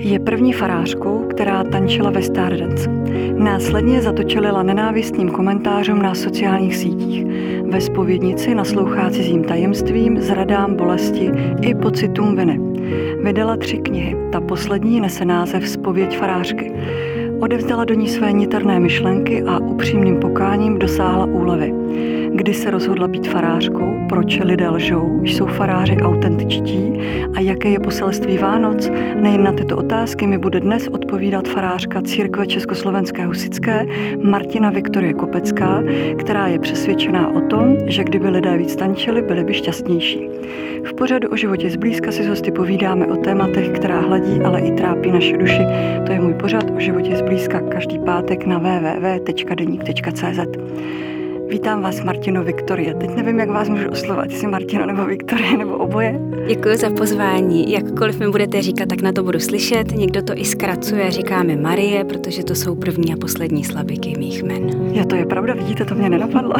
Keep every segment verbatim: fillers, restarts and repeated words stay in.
Je první farářkou, která tančila ve Stardance. Následně zatočilila nenávistným komentářům na sociálních sítích. Ve zpovědnici naslouchá cizím tajemstvím, zradám, bolesti i pocitům viny. Vydala tři knihy. Ta poslední nese název Zpověď farářky. Odevzdala do ní své niterné myšlenky a upřímným pokáním dosáhla úlevy. Kdy se rozhodla být farářkou, proč lidé lžou, jsou faráři autentičtí a jaké je poselství Vánoc? Nejen na tyto otázky mi bude dnes odpovídat farářka Církve československé husitské Martina Viktorie Kopecká, která je přesvědčená o tom, že kdyby lidé víc tančili, byli by šťastnější. V pořadu O životě zblízka si s hosty povídáme o tématech, která hladí, ale i trápí naše duši. To je můj pořad O životě zblízka každý pátek na w w w tečka deník tečka c z. Vítám vás, Martino Viktorie. Teď nevím, jak vás můžu oslovovat, jestli Martino nebo Viktorie, nebo oboje. Děkuji za pozvání. Jakkoliv mi budete říkat, tak na to budu slyšet. Někdo to i zkracuje, říkáme Marie, protože to jsou první a poslední slabiky mých jmen. Jo, to je pravda, vidíte, to mě nenapadlo.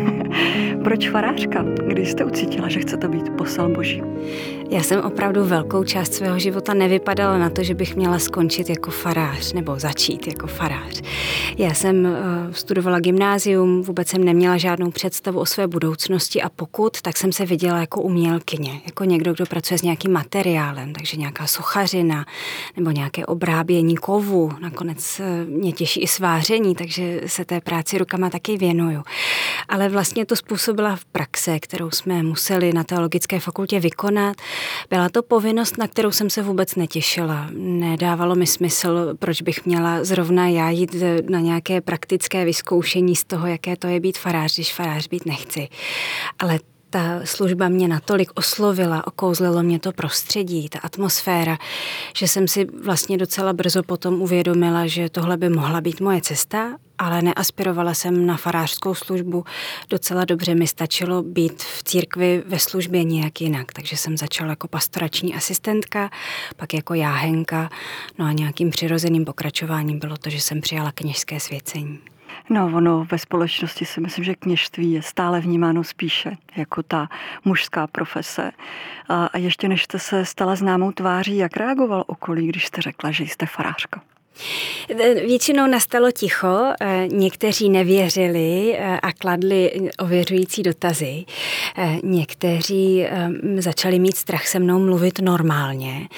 Proč farářka, když jste ucítila, že chcete být posel Boží? Já jsem opravdu velkou část svého života nevypadala na to, že bych měla skončit jako farář nebo začít jako farář. Já jsem uh, studovala gymnázium, vůbec jsem neměla žádnou představu o své budoucnosti a pokud, tak jsem se viděla jako umělkyně, jako někdo, kdo pracuje s nějakým materiálem, takže nějaká sochařina nebo nějaké obrábění kovu. Nakonec uh, mě těší i sváření, takže se té práci rukama taky věnuju. Ale vlastně to způsobila v praxe, kterou jsme museli na teologické fakultě vykonat. Byla to povinnost, na kterou jsem se vůbec netěšila. Nedávalo mi smysl, proč bych měla zrovna já jít na nějaké praktické vyzkoušení z toho, jaké to je být farář, když farář být nechci. Ale ta služba mě natolik oslovila, okouzlilo mě to prostředí, ta atmosféra, že jsem si vlastně docela brzo potom uvědomila, že tohle by mohla být moje cesta, ale neaspirovala jsem na farářskou službu. Docela dobře mi stačilo být v církvi ve službě nějak jinak, takže jsem začala jako pastorační asistentka, pak jako jáhenka, no a nějakým přirozeným pokračováním bylo to, že jsem přijala kněžské svěcení. No, ono ve společnosti si myslím, že kněžství je stále vnímáno spíše jako ta mužská profese. A ještě než jste se stala známou tváří, jak reagoval okolí, když jste řekla, že jste farářka? Většinou nastalo ticho, někteří nevěřili a kladli ověřující dotazy. Někteří začali mít strach se mnou mluvit normálně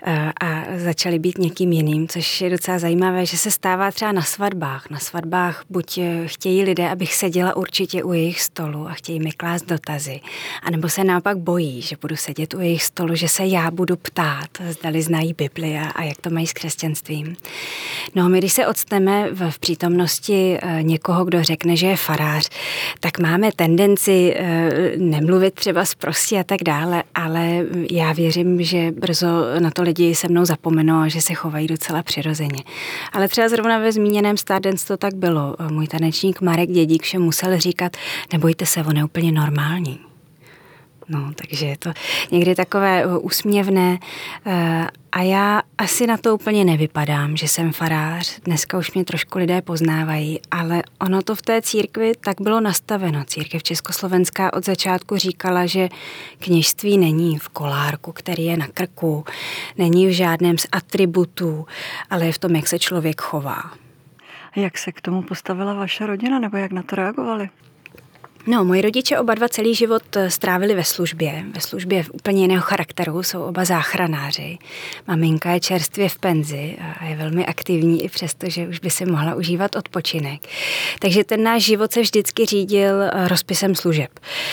a začali být někým jiným, což je docela zajímavé, že se stává třeba na svatbách. Na svatbách buď chtějí lidé, abych seděla určitě u jejich stolu a chtějí mi klást dotazy, anebo se naopak bojí, že budu sedět u jejich stolu, že se já budu ptát, zdali znají Bibli a jak to mají s křesťanstvím. No, my když se octneme v, v přítomnosti e, někoho, kdo řekne, že je farář, tak máme tendenci e, nemluvit třeba sprostě a tak dále, ale já věřím, že brzo na to lidi se mnou zapomenou a že se chovají docela přirozeně. Ale třeba zrovna ve zmíněném Stardance to tak bylo. Můj tanečník Marek Dědík všem musel říkat, nebojte se, on je úplně normální. No, takže je to někdy takové úsměvné a já asi na to úplně nevypadám, že jsem farář. Dneska už mě trošku lidé poznávají, ale ono to v té církvi tak bylo nastaveno. Církev československá od začátku říkala, že kněžství není v kolárku, který je na krku, není v žádném z atributů, ale je v tom, jak se člověk chová. Jak se k tomu postavila vaše rodina, nebo jak na to reagovali? No, moji rodiče oba dva celý život strávili ve službě, ve službě úplně jiného charakteru, jsou oba záchranáři. Maminka je čerstvě v penzi a je velmi aktivní i přesto, že už by si mohla užívat odpočinek. Takže ten náš život se vždycky řídil rozpisem služeb.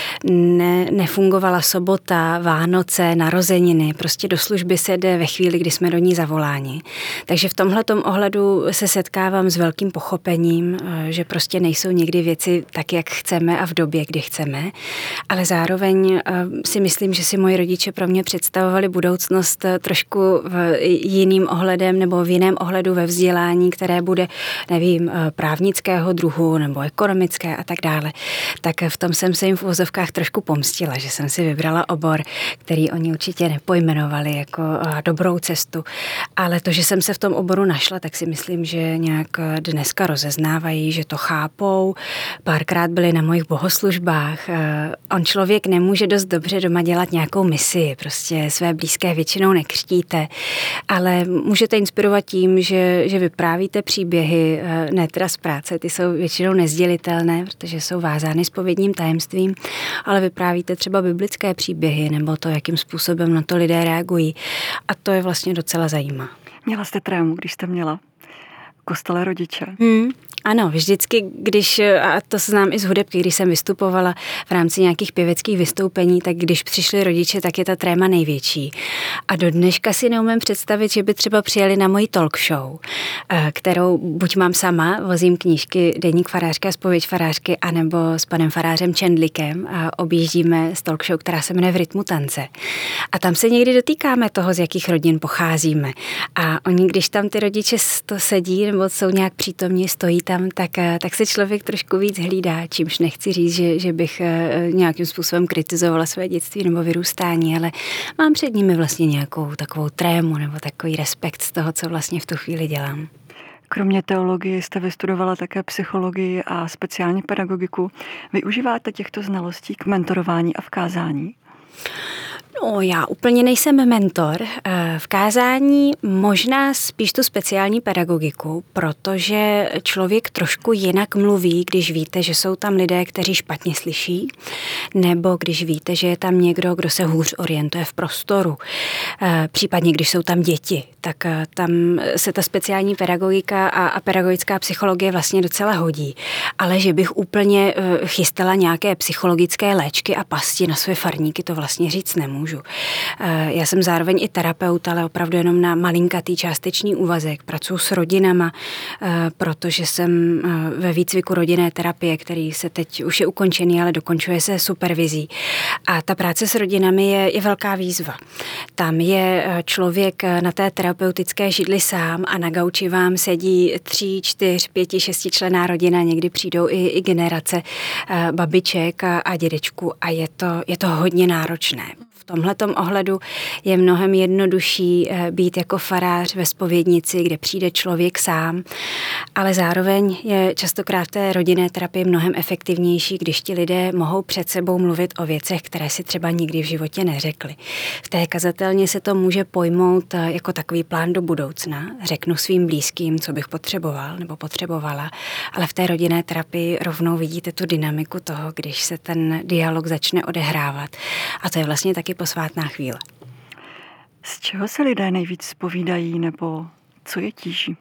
Ne, nefungovala sobota, Vánoce, narozeniny, prostě do služby se jde ve chvíli, kdy jsme do ní zavoláni. Takže v tomhletom ohledu se setkávám s velkým pochopením, že prostě nejsou někdy věci tak, jak chceme a v době, kdy chceme, ale zároveň si myslím, že si moji rodiče pro mě představovali budoucnost trošku v jiným ohledem nebo v jiném ohledu ve vzdělání, které bude, nevím, právnického druhu nebo ekonomické a tak dále. Tak v tom jsem se jim v uvozovkách trošku pomstila, že jsem si vybrala obor, který oni určitě nepojmenovali jako dobrou cestu, ale to, že jsem se v tom oboru našla, tak si myslím, že nějak dneska rozeznávají, že to chápou. Párkrát byli na mojich bohoslužbách bohoslužbách. On člověk nemůže dost dobře doma dělat nějakou misi, prostě své blízké většinou nekřtíte, ale můžete inspirovat tím, že, že vyprávíte příběhy, ne teda z práce, ty jsou většinou nezdělitelné, protože jsou vázány zpovědním tajemstvím, ale vyprávíte třeba biblické příběhy nebo to, jakým způsobem na to lidé reagují. A to je vlastně docela zajímavé. Měla jste trému, když jste měla kostele rodiče? Hmm. Ano, vždycky, když, a to znám i z hudebky, když jsem vystupovala v rámci nějakých pěveckých vystoupení, tak když přišli rodiče, tak je ta tréma největší. A do dneška si neumím představit, že by třeba přijeli na moji talk show, kterou buď mám sama, vozím knížky Deník farářky a zpověď farářky, anebo s panem farářem Čendlikem a objíždíme z talk show, která se jmenuje V rytmu tance. A tam se někdy dotýkáme toho, z jakých rodin pocházíme. A oni, když tam ty rodiče to sedí nebo jsou nějak přítomní, stojí tam, tak, tak se člověk trošku víc hlídá, čímž nechci říct, že, že bych nějakým způsobem kritizovala své dětství nebo vyrůstání, ale mám před nimi vlastně nějakou takovou trému nebo takový respekt z toho, co vlastně v tu chvíli dělám. Kromě teologie jste vystudovala také psychologii a speciální pedagogiku. Využíváte těchto znalostí k mentorování a v kázání? No, já úplně nejsem mentor. V kázání možná spíš tu speciální pedagogiku, protože člověk trošku jinak mluví, když víte, že jsou tam lidé, kteří špatně slyší, nebo když víte, že je tam někdo, kdo se hůř orientuje v prostoru. Případně, když jsou tam děti, tak tam se ta speciální pedagogika a, a pedagogická psychologie vlastně docela hodí. Ale že bych úplně chystala nějaké psychologické léčky a pasti na své farníky, to vlastně říct nemůžu. Já jsem zároveň i terapeut, ale opravdu jenom na malinkatý částečný úvazek. Pracuji s rodinama, protože jsem ve výcviku rodinné terapie, který se teď už je ukončený, ale dokončuje se supervizí. A ta práce s rodinami je, je velká výzva. Tam je člověk na té terapeutické židli sám a na gauči vám sedí tři, čtyř, pěti, šestičlenná rodina, někdy přijdou i, i generace babiček a, a dědečků a je to, je to hodně náročné. V tomhletom ohledu je mnohem jednodušší být jako farář ve zpovědnici, kde přijde člověk sám, ale zároveň je častokrát v té rodinné terapii mnohem efektivnější, když ti lidé mohou před sebou mluvit o věcech, které si třeba nikdy v životě neřekli. V té kazatelně se to může pojmout jako takový plán do budoucna. Řeknu svým blízkým, co bych potřeboval nebo potřebovala, ale v té rodinné terapii rovnou vidíte tu dynamiku toho, když se ten dialog začne odehrávat. A to je vlastně taky posvátná chvíle. Z čeho se lidé nejvíc zpovídají nebo co je tíží?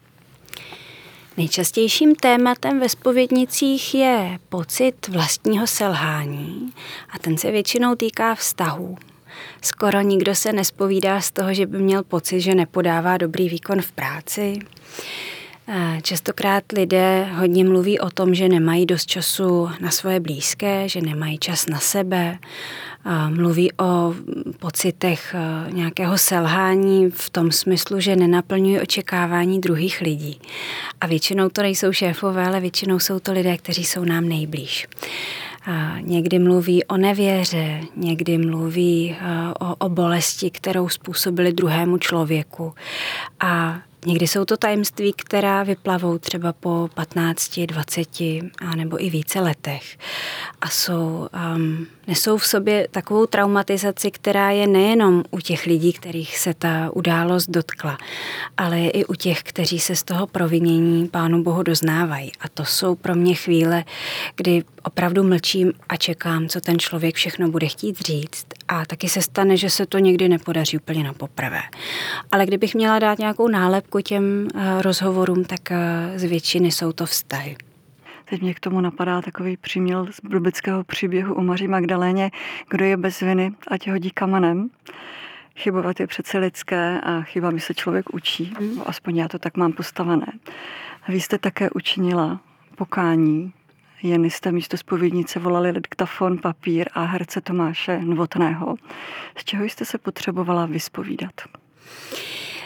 Nejčastějším tématem ve zpovědnicích je pocit vlastního selhání a ten se většinou týká vztahů. Skoro nikdo se nespovídá z toho, že by měl pocit, že nepodává dobrý výkon v práci. Častokrát lidé hodně mluví o tom, že nemají dost času na svoje blízké, že nemají čas na sebe. Mluví o pocitech nějakého selhání v tom smyslu, že nenaplňují očekávání druhých lidí. A většinou to nejsou šéfové, ale většinou jsou to lidé, kteří jsou nám nejblíž. A někdy mluví o nevěře, někdy mluví o, o bolesti, kterou způsobili druhému člověku. A někdy jsou to tajemství, která vyplavou třeba po patnácti, dvaceti a nebo i více letech. A jsou, um, nesou v sobě takovou traumatizaci, která je nejenom u těch lidí, kterých se ta událost dotkla, ale je i u těch, kteří se z toho provinění Pánu Bohu doznávají. A to jsou pro mě chvíle, kdy opravdu mlčím a čekám, co ten člověk všechno bude chtít říct. A taky se stane, že se to někdy nepodaří úplně na poprvé. Ale kdybych měla dát nějakou nálepku těm rozhovorům, tak z většiny jsou to vztahy. Teď mě k tomu napadá takový příměl z biblického příběhu o Maří Magdaléně, kdo je bez viny, ať hodí kamenem. Chybovat je přece lidské a chybami se člověk učí, mm. aspoň já to tak mám postavené. Vy jste také učinila pokání, jen jste místo zpovědnice volali diktafon, papír a herce Tomáše Novotného. Z čeho jste se potřebovala vyspovídat?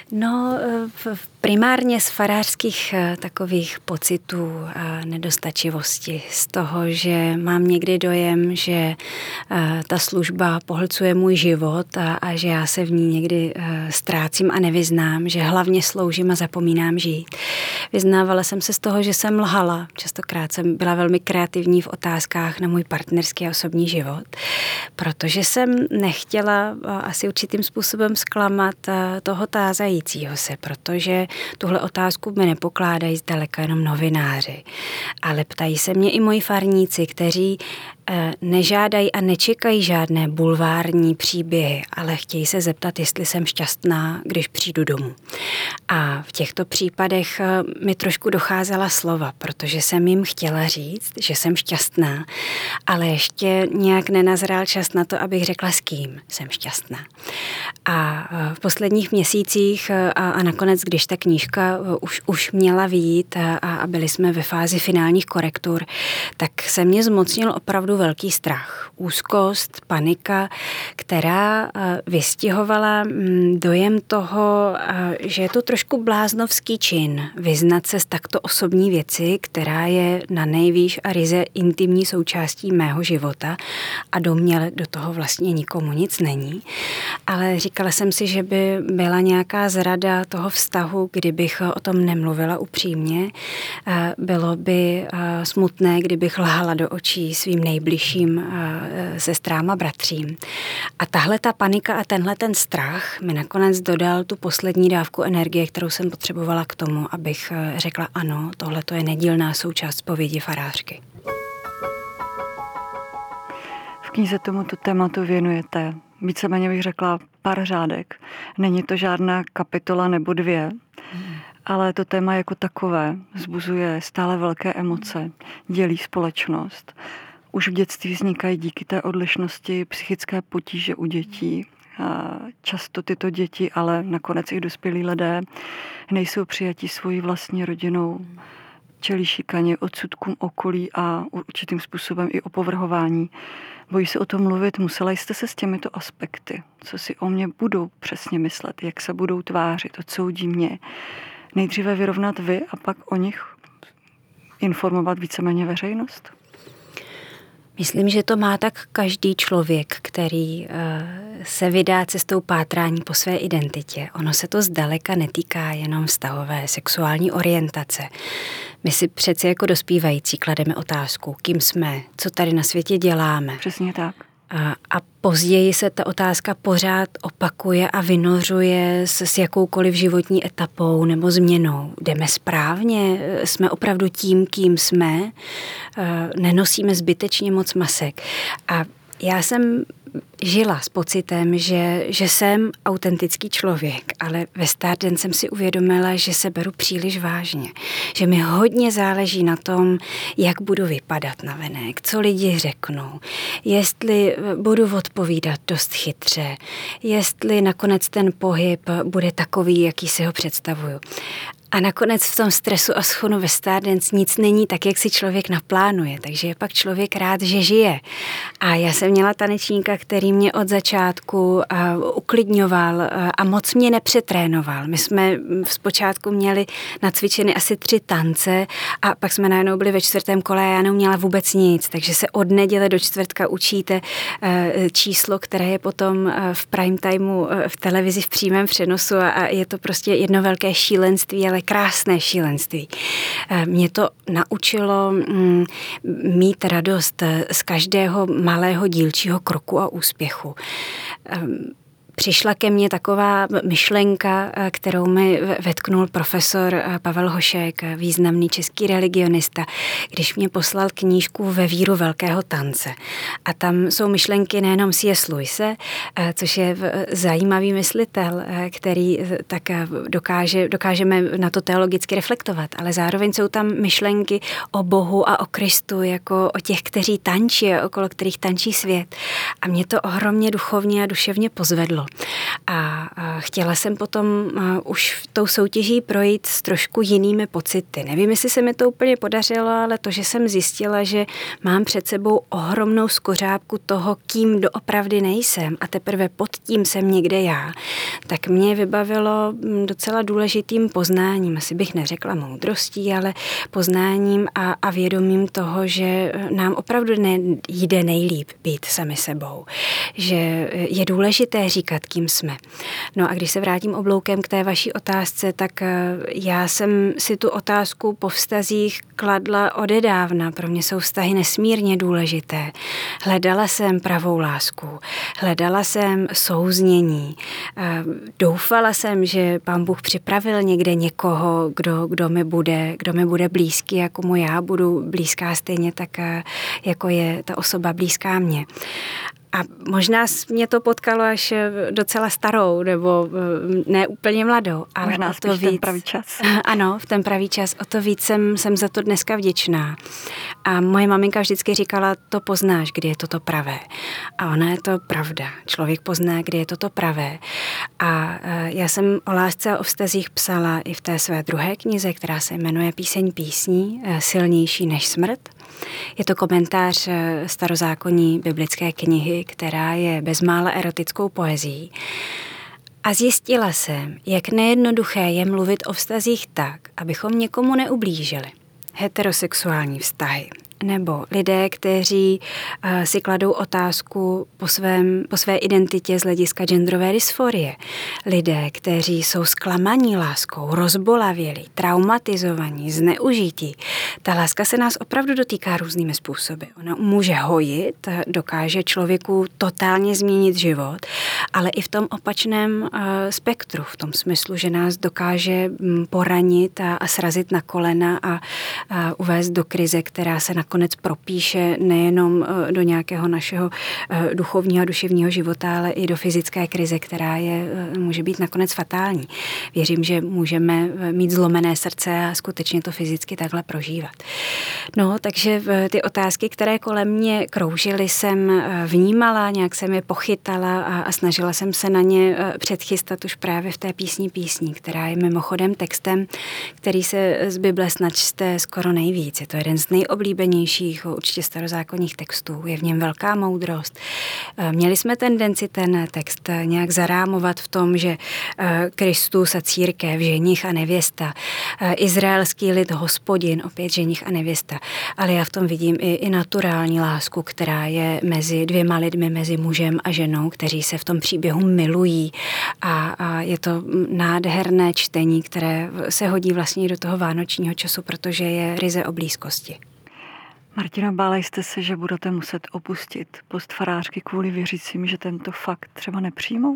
No, primárně z farářských takových pocitů nedostačivosti, z toho, že mám někdy dojem, že ta služba pohlcuje můj život a, a že já se v ní někdy ztrácím a nevyznám, že hlavně sloužím a zapomínám žít. Vyznávala jsem se z toho, že jsem lhala. Častokrát jsem byla velmi kreativní v otázkách na můj partnerský a osobní život, protože jsem nechtěla asi určitým způsobem zklamat toho tázajícího se, protože tuhle otázku mi nepokládají zdaleka jenom novináři, ale ptají se mě i moji farníci, kteří nežádají a nečekají žádné bulvární příběhy, ale chtějí se zeptat, jestli jsem šťastná, když přijdu domů. A v těchto případech mi trošku docházela slova, protože jsem jim chtěla říct, že jsem šťastná, ale ještě nějak nenazrál čas na to, abych řekla, s kým jsem šťastná. A v posledních měsících a, a nakonec, když ta knížka už, už měla vyjít a, a byli jsme ve fázi finálních korektur, tak se mě zmocnil opravdu velký strach, úzkost, panika, která vystihovala dojem toho, že je to trošku bláznovský čin vyznat se z takto osobní věci, která je na nejvýš a ryze intimní součástí mého života a do mě do toho vlastně nikomu nic není. Ale říkala jsem si, že by byla nějaká zrada toho vztahu, kdybych o tom nemluvila upřímně. Bylo by smutné, kdybych lhala do očí svým nejbližším sestrám a bratřím. A tahle ta panika a tenhle ten strach mi nakonec dodal tu poslední dávku energie, kterou jsem potřebovala k tomu, abych řekla ano, tohle to je nedílná součást zpovědi farářky. V knize tomuto tématu věnujete víceméně bych řekla pár řádek. Není to žádná kapitola nebo dvě, hmm. ale to téma jako takové vzbuzuje stále velké emoce, dělí společnost. Už v dětství vznikají díky té odlišnosti psychické potíže u dětí. A často tyto děti, ale nakonec i dospělí lidé, nejsou přijatí svojí vlastní rodinou, čelí šikaně, odsudkům okolí a určitým způsobem i opovrhování. Bojí se o tom mluvit, musela jste se s těmito aspekty, co si o mě budou přesně myslet, jak se budou tvářit, odsoudí mě. Nejdříve vyrovnat vy a pak o nich informovat víceméně veřejnost? Myslím, že to má tak každý člověk, který se vydá cestou pátrání po své identitě. Ono se to zdaleka netýká jenom vztahové sexuální orientace. My si přeci jako dospívající klademe otázku, kým jsme, co tady na světě děláme. Přesně tak. A, a později se ta otázka pořád opakuje a vynořuje s, s jakoukoliv životní etapou nebo změnou. Jdeme správně? Jsme opravdu tím, kým jsme? Nenosíme zbytečně moc masek. A já jsem žila s pocitem, že, že jsem autentický člověk, ale ve Starden jsem si uvědomila, že se beru příliš vážně. Že mi hodně záleží na tom, jak budu vypadat navenek, co lidi řeknou, jestli budu odpovídat dost chytře, jestli nakonec ten pohyb bude takový, jaký si ho představuju. A nakonec v tom stresu a schonu ve Stardance nic není tak, jak si člověk naplánuje, takže je pak člověk rád, že žije. A já jsem měla tanečníka, který mě od začátku uh, uklidňoval uh, a moc mě nepřetrénoval. My jsme zpočátku měli nacvičeny asi tři tance a pak jsme najednou byli ve čtvrtém kole a já neuměla vůbec nic, takže se od neděle do čtvrtka učíte uh, číslo, které je potom uh, v prime timeu uh, v televizi v přímém přenosu a, a je to prostě jedno velké šílenství, ale krásné šílenství. Mě to naučilo mít radost z každého malého dílčího kroku a úspěchu. Přišla ke mně taková myšlenka, kterou mi vetknul profesor Pavel Hošek, významný český religionista, když mě poslal knížku Ve víru velkého tance. A tam jsou myšlenky nejenom C S. Lewise, což je zajímavý myslitel, který tak dokáže, dokážeme na to teologicky reflektovat, ale zároveň jsou tam myšlenky o Bohu a o Kristu, jako o těch, kteří tančí a okolo kterých tančí svět. A mě to ohromně duchovně a duševně pozvedlo. A chtěla jsem potom už tou soutěží projít s trošku jinými pocity. Nevím, jestli se mi to úplně podařilo, ale to, že jsem zjistila, že mám před sebou ohromnou skořápku toho, kým doopravdy nejsem a teprve pod tím jsem někde já, tak mě vybavilo docela důležitým poznáním, asi bych neřekla moudrostí, ale poznáním a, a vědomím toho, že nám opravdu nejde nejlíp být sami sebou, že je důležité říkat, kým jsme. No a když se vrátím obloukem k té vaší otázce, tak já jsem si tu otázku po vztazích kladla odedávna. Pro mě jsou vztahy nesmírně důležité. Hledala jsem pravou lásku, hledala jsem souznění, doufala jsem, že Pán Bůh připravil někde někoho, kdo, kdo, mi bude, kdo mi bude blízký, jako mu já budu blízká stejně tak, jako je ta osoba blízká mě. A možná mě to potkalo až docela starou, nebo ne úplně mladou. Ale možná spíš víc, ten pravý čas. Ano, v ten pravý čas. O to víc jsem, jsem za to dneska vděčná. A moje maminka vždycky říkala, to poznáš, kdy je toto pravé. A ona je to pravda. Člověk pozná, kdy je toto pravé. A já jsem o lásce a o vztazích psala i v té své druhé knize, která se jmenuje Píseň písní, silnější než smrt. Je to komentář starozákonní biblické knihy, která je bezmála erotickou poezií. A zjistila jsem, jak nejednoduché je mluvit o vztazích tak, abychom někomu neublížili. Heterosexuální vztahy. Nebo lidé, kteří uh, si kladou otázku po, svém, po své identitě z hlediska genderové dysforie. Lidé, kteří jsou zklamaní láskou, rozbolavělí, traumatizovaní, zneužití. Ta láska se nás opravdu dotýká různými způsoby. Ona může hojit, dokáže člověku totálně změnit život, ale i v tom opačném uh, spektru, v tom smyslu, že nás dokáže um, poranit a, a srazit na kolena a, a uvést do krize, která se na nakonec propíše nejenom do nějakého našeho duchovního a duševního života, ale i do fyzické krize, která je, může být nakonec fatální. Věřím, že můžeme mít zlomené srdce a skutečně to fyzicky takhle prožívat. No, takže ty otázky, které kolem mě kroužily, jsem vnímala, nějak jsem je pochytala a, a snažila jsem se na ně předchystat už právě v té písni písní, která je mimochodem textem, který se z Bible snad čte skoro nejvíc. Je to jeden z nejoblíbenějších určitě starozákonních textů. Je v něm velká moudrost. Měli jsme tendenci ten text nějak zarámovat v tom, že Kristus a církev, ženich a nevěsta, izraelský lid, Hospodin, opět ženich a nevěsta. Ale já v tom vidím i, i naturální lásku, která je mezi dvěma lidmi, mezi mužem a ženou, kteří se v tom příběhu milují. A, a je to nádherné čtení, které se hodí vlastně do toho vánočního času, protože je ryze o blízkosti. Martino, bála jste se, že budete muset opustit post farářky kvůli věřícím, že tento fakt třeba nepřijmou?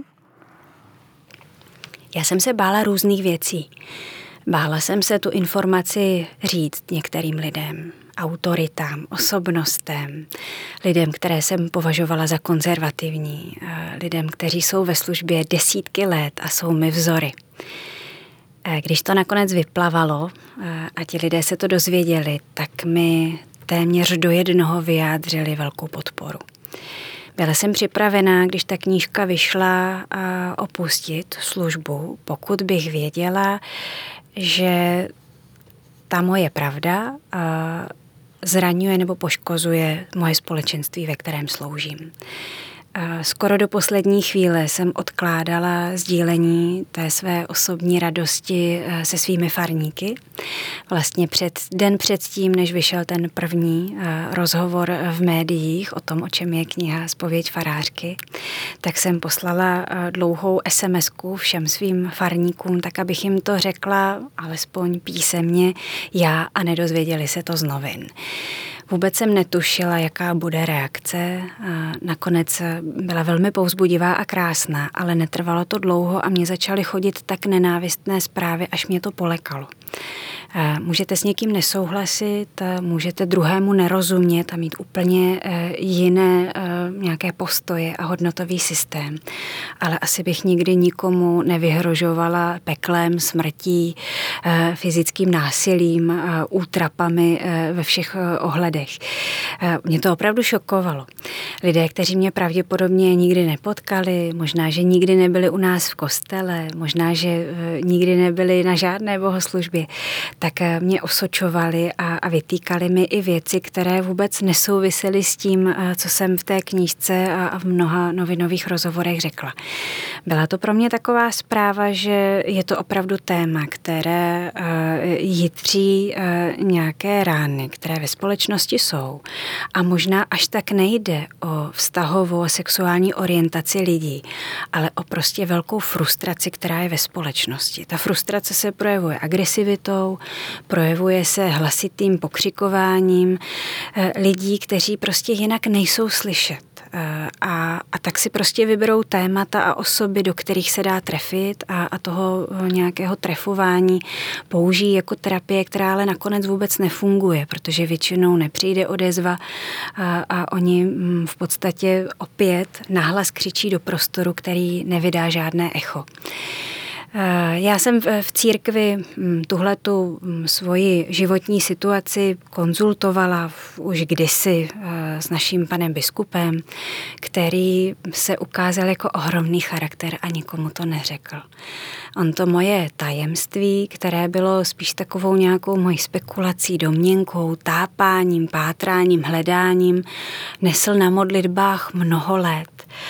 Já jsem se bála různých věcí. Bála jsem se tu informaci říct některým lidem, autoritám, osobnostem, lidem, které jsem považovala za konzervativní, lidem, kteří jsou ve službě desítky let a jsou mi vzory. Když to nakonec vyplavalo a ti lidé se to dozvěděli, tak mi téměř do jednoho vyjádřili velkou podporu. Byla jsem připravená, když ta knížka vyšla, opustit službu, pokud bych věděla, že ta moje pravda zraňuje nebo poškozuje moje společenství, ve kterém sloužím. Skoro do poslední chvíle jsem odkládala sdílení té své osobní radosti se svými farníky. Vlastně před, den předtím, než vyšel ten první rozhovor v médiích o tom, o čem je kniha Zpověď farářky, tak jsem poslala dlouhou esemesku všem svým farníkům, tak abych jim to řekla alespoň písemně já a nedozvěděli se to z novin. Vůbec jsem netušila, jaká bude reakce. Nakonec byla velmi povzbudivá a krásná, ale netrvalo to dlouho a mě začaly chodit tak nenávistné zprávy, až mě to polekalo. Můžete s někým nesouhlasit, můžete druhému nerozumět a mít úplně jiné nějaké postoje a hodnotový systém. Ale asi bych nikdy nikomu nevyhrožovala peklem, smrtí, fyzickým násilím, útrapami ve všech ohledech. Mě to opravdu šokovalo. Lidé, kteří mě pravděpodobně nikdy nepotkali, možná, že nikdy nebyli u nás v kostele, možná, že nikdy nebyli na žádné bohoslužbě, tak mě osočovali a, a vytýkali mi i věci, které vůbec nesouvisely s tím, co jsem v té knížce a, a v mnoha novinových rozhovorech řekla. Byla to pro mě taková zpráva, že je to opravdu téma, které uh, jitří uh, nějaké rány, které ve společnosti jsou. A možná až tak nejde o vztahovou a sexuální orientaci lidí, ale o prostě velkou frustraci, která je ve společnosti. Ta frustrace se projevuje agresivitou, projevuje se hlasitým pokřikováním lidí, kteří prostě jinak nejsou slyšet. A, a tak si prostě vyberou témata a osoby, do kterých se dá trefit a, a toho nějakého trefování použijí jako terapie, která ale nakonec vůbec nefunguje, protože většinou nepřijde odezva a, a oni v podstatě opět nahlas křičí do prostoru, který nevydá žádné echo. Já jsem v církvi tuhletu svoji životní situaci konzultovala už kdysi s naším panem biskupem, který se ukázal jako ohromný charakter a nikomu to neřekl. On to moje tajemství, které bylo spíš takovou nějakou mojí spekulací, domněnkou, tápáním, pátráním, hledáním, nesl na modlitbách mnoho let.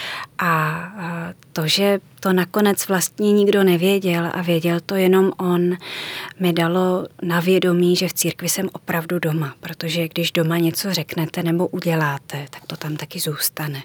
A to, že to nakonec vlastně nikdo nevěděl a věděl to jenom on, mi dalo na vědomí, že v církvi jsem opravdu doma, protože když doma něco řeknete nebo uděláte, tak to tam taky zůstane.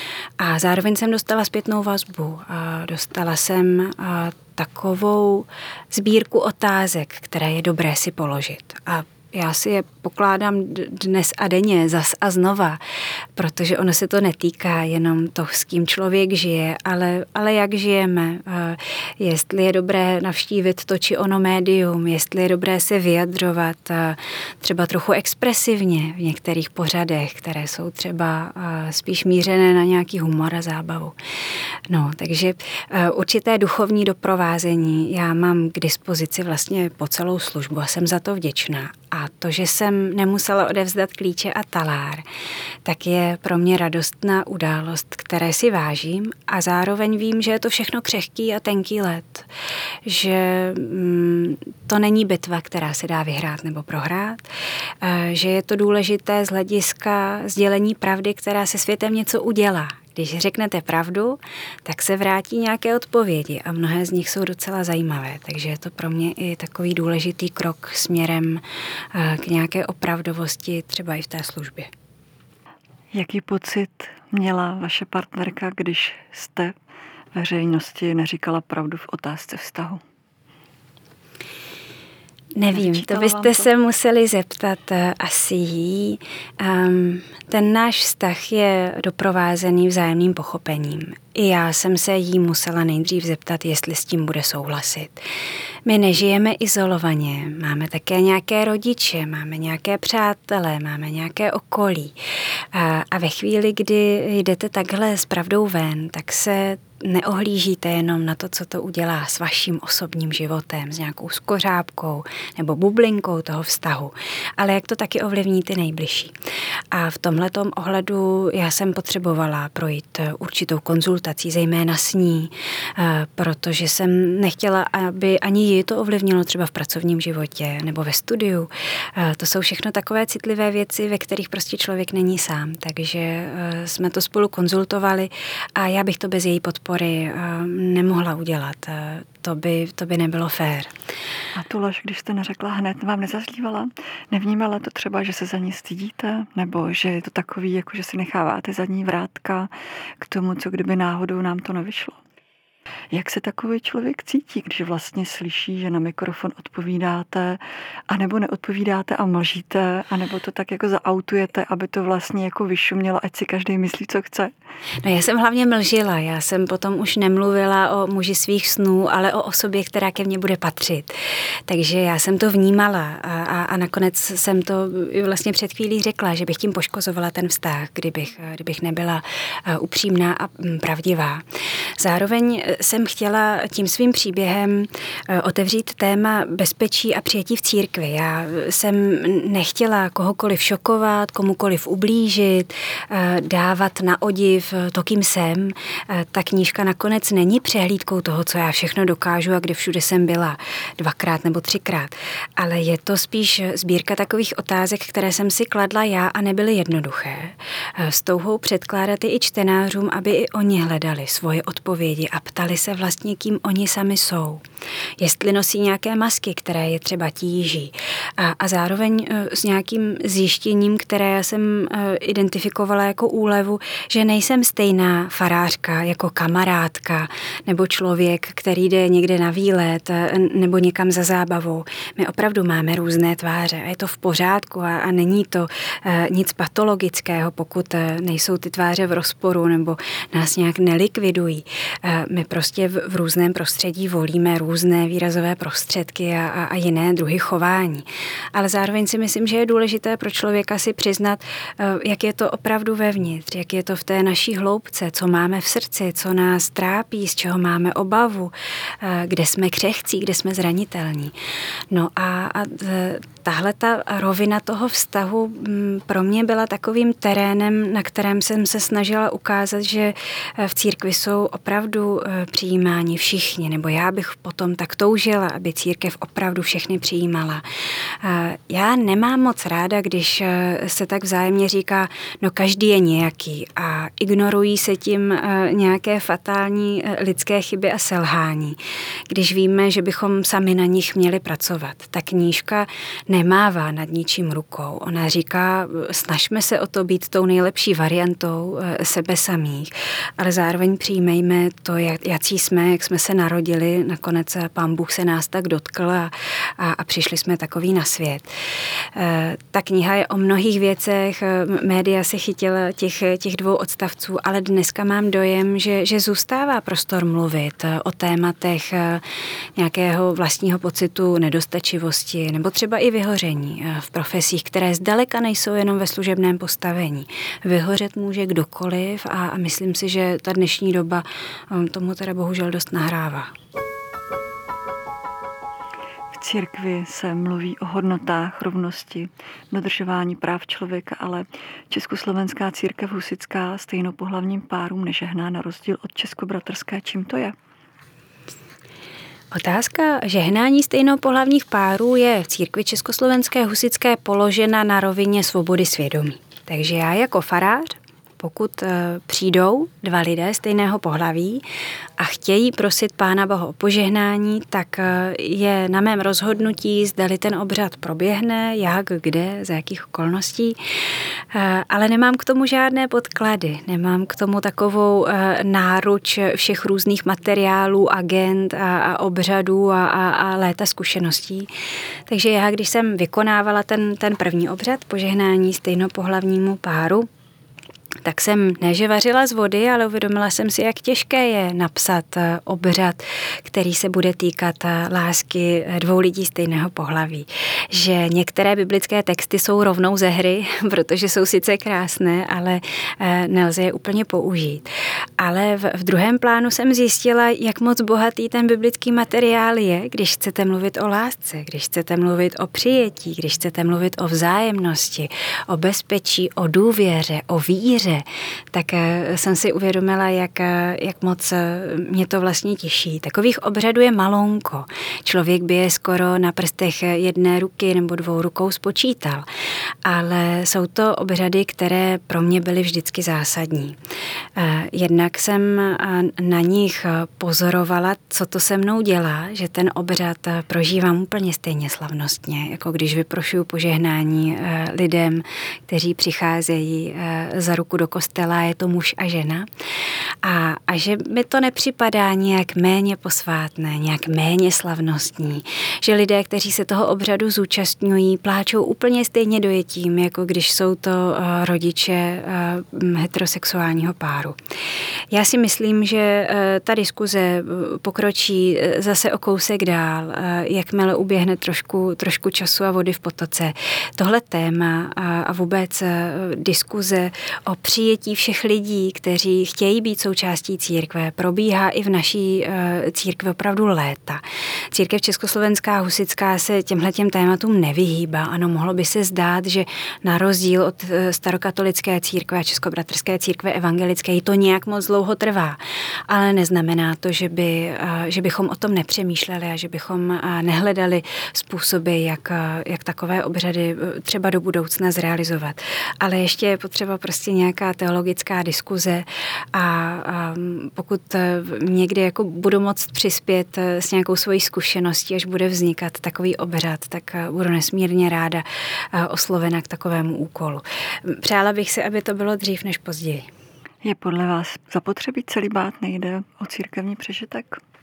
A zároveň jsem dostala zpětnou vazbu a dostala jsem takovou sbírku otázek, které je dobré si položit. A já si je pokládám dnes a denně, zas a znova, protože ono se to netýká jenom toho, s kým člověk žije, ale, ale jak žijeme, jestli je dobré navštívit to či ono médium, jestli je dobré se vyjadřovat třeba trochu expresivně v některých pořadech, které jsou třeba spíš mířené na nějaký humor a zábavu. No, takže určité duchovní doprovázení já mám k dispozici vlastně po celou službu a jsem za to vděčná. A to, že jsem nemusela odevzdat klíče a talár, tak je pro mě radostná událost, které si vážím a zároveň vím, že je to všechno křehký a tenký led. Že mm, to není bitva, která se dá vyhrát nebo prohrát, že je to důležité z hlediska sdělení pravdy, která se světem něco udělá. Když řeknete pravdu, tak se vrátí nějaké odpovědi a mnohé z nich jsou docela zajímavé, takže je to pro mě i takový důležitý krok směrem k nějaké opravdovosti třeba i v té službě. Jaký pocit měla vaše partnerka, když jste veřejnosti neříkala pravdu v otázce vztahu? Nevím, to byste to? se museli zeptat asi jí. Um, ten náš vztah je doprovázený vzájemným pochopením. I já jsem se jí musela nejdřív zeptat, jestli s tím bude souhlasit. My nežijeme izolovaně, máme také nějaké rodiče, máme nějaké přátelé, máme nějaké okolí. A, a ve chvíli, kdy jdete takhle s pravdou ven, tak se neohlížíte jenom na to, co to udělá s vaším osobním životem, s nějakou skořápkou nebo bublinkou toho vztahu, ale jak to taky ovlivní ty nejbližší. A v tomhletom ohledu já jsem potřebovala projít určitou konzultací, zejména s ní, protože jsem nechtěla, aby ani ji to ovlivnilo třeba v pracovním životě nebo ve studiu. To jsou všechno takové citlivé věci, ve kterých prostě člověk není sám, takže jsme to spolu konzultovali a já bych to bez její podpory nemohla udělat. To by, to by nebylo fér. A tu lež, když jste neřekla hned, vám nezazlívala? Nevnímala to třeba, že se za ní stydíte? Nebo že je to takový, jako že si necháváte zadní vrátka k tomu, co kdyby náhodou nám to nevyšlo? Jak se takový člověk cítí, když vlastně slyší, že na mikrofon odpovídáte, anebo neodpovídáte a mlžíte, anebo to tak jako zaautujete, aby to vlastně jako vyšumělo, ať si každý myslí, co chce? No já jsem hlavně mlžila, já jsem potom už nemluvila o muži svých snů, ale o osobě, která ke mně bude patřit. Takže já jsem to vnímala a, a, a nakonec jsem to vlastně před chvílí řekla, že bych tím poškozovala ten vztah, kdybych, kdybych nebyla upřímná a pravdivá. Zároveň jsem chtěla tím svým příběhem otevřít téma bezpečí a přijetí v církvi. Já jsem nechtěla kohokoliv šokovat, komukoliv ublížit, dávat na odiv to, kým jsem. Ta knížka nakonec není přehlídkou toho, co já všechno dokážu a kde všude jsem byla dvakrát nebo třikrát. Ale je to spíš sbírka takových otázek, které jsem si kladla já a nebyly jednoduché. S touhou předkládat i čtenářům, aby i oni hledali svoje odpovědi a ptali se vlastně, kým oni sami jsou. Jestli nosí nějaké masky, které je třeba tíží. A, a zároveň s nějakým zjištěním, které já jsem identifikovala jako úlevu, že nejsem stejná farářka jako kamarádka nebo člověk, který jde někde na výlet nebo někam za zábavou. My opravdu máme různé tváře a je to v pořádku a, a není to e, nic patologického, pokud e, nejsou ty tváře v rozporu nebo nás nějak nelikvidují. E, my prostě v, v různém prostředí volíme různé výrazové prostředky a, a, a jiné druhy chování. Ale zároveň si myslím, že je důležité pro člověka si přiznat, e, jak je to opravdu vevnitř, jak je to v té naší hloubce, co máme v srdci, co nás trápí, z čeho máme obavu, e, kde jsme křehcí, kde jsme zranitelní. No a, a tahle ta rovina toho vztahu pro mě byla takovým terénem, na kterém jsem se snažila ukázat, že v církvi jsou opravdu přijímáni všichni, nebo já bych potom tak toužila, aby církev opravdu všechny přijímala. Já nemám moc ráda, když se tak vzájemně říká, no každý je nějaký a ignorují se tím nějaké fatální lidské chyby a selhání. Když víme, že bychom sami na nich měli pracovat. Ta knížka nemává nad ničím rukou. Ona říká, snažme se o to být tou nejlepší variantou sebe samých, ale zároveň přijmejme to, jak, jací jsme, jak jsme se narodili. Nakonec Pán Bůh se nás tak dotkl a, a, a přišli jsme takový na svět. Ta kniha je o mnohých věcech, média se chytila těch, těch dvou odstavců, ale dneska mám dojem, že, že zůstává prostor mluvit o tématech nějakého vlastního pocitu nedostačivosti nebo třeba i vyhoření v profesích, které zdaleka nejsou jenom ve služebném postavení. Vyhořet může kdokoliv a, a myslím si, že ta dnešní doba tomu teda bohužel dost nahrává. V církvi se mluví o hodnotách rovnosti, dodržování práv člověka, ale Československá církev husitská stejnopohlavním párům nežehná na rozdíl od českobratrské. Čím to je? Otázka žehnání stejnopohlavních párů je v církvi československé husitské položena na rovině svobody svědomí. Takže já jako farář, pokud přijdou dva lidé stejného pohlaví a chtějí prosit Pána Boha o požehnání, tak je na mém rozhodnutí, zdali ten obřad proběhne, jak, kde, za jakých okolností, ale nemám k tomu žádné podklady, nemám k tomu takovou náruč všech různých materiálů, agend a, a obřadů a, a, a léta zkušeností. Takže já, když jsem vykonávala ten, ten první obřad požehnání stejnopohlavnímu páru, tak jsem ne, že vařila z vody, ale uvědomila jsem si, jak těžké je napsat obřad, který se bude týkat lásky dvou lidí stejného pohlaví. Že některé biblické texty jsou rovnou ze hry, protože jsou sice krásné, ale nelze je úplně použít. Ale v, v druhém plánu jsem zjistila, jak moc bohatý ten biblický materiál je, když chcete mluvit o lásce, když chcete mluvit o přijetí, když chcete mluvit o vzájemnosti, o bezpečí, o důvěře, o víře, tak jsem si uvědomila, jak, jak moc mě to vlastně těší. Takových obřadů je malonko. Člověk by je skoro na prstech jedné ruky nebo dvou rukou spočítal. Ale jsou to obřady, které pro mě byly vždycky zásadní. Jednak jsem na nich pozorovala, co to se mnou dělá, že ten obřad prožívám úplně stejně slavnostně, jako když vyprošuju požehnání lidem, kteří přicházejí za ruku vstupu do kostela, je to muž a žena. A, a že mi to nepřipadá nějak méně posvátné, nějak méně slavnostní, že lidé, kteří se toho obřadu zúčastňují, pláčou úplně stejně dojetím, jako když jsou to uh, rodiče uh, heterosexuálního páru. Já si myslím, že uh, ta diskuze pokročí zase o kousek dál, uh, jakmile uběhne trošku, trošku času a vody v potoce. Tohle téma a, a vůbec uh, diskuze o přijetí všech lidí, kteří chtějí být součástí církve, probíhá i v naší uh, církvi opravdu léta. Církev Československá husitská se těmhletěm tématům nevyhýbá. Ano, mohlo by se zdát, že na rozdíl od starokatolické církve a českobratrské církve evangelické jí to nějak moc dlouho trvá. Ale neznamená to, že, by, že bychom o tom nepřemýšleli a že bychom nehledali způsoby, jak, jak takové obřady třeba do budoucna zrealizovat. Ale ještě je potřeba prostě nějaká teologická diskuze a, a pokud někdy jako budu moct přispět s nějakou svojí zkušeností, až bude vznikat takový obřad, tak budu nesmírně ráda oslovena k takovému úkolu. Přála bych si, aby to bylo dřív než později. Je podle vás zapotřebí celibát, nejde o církevní přežitek?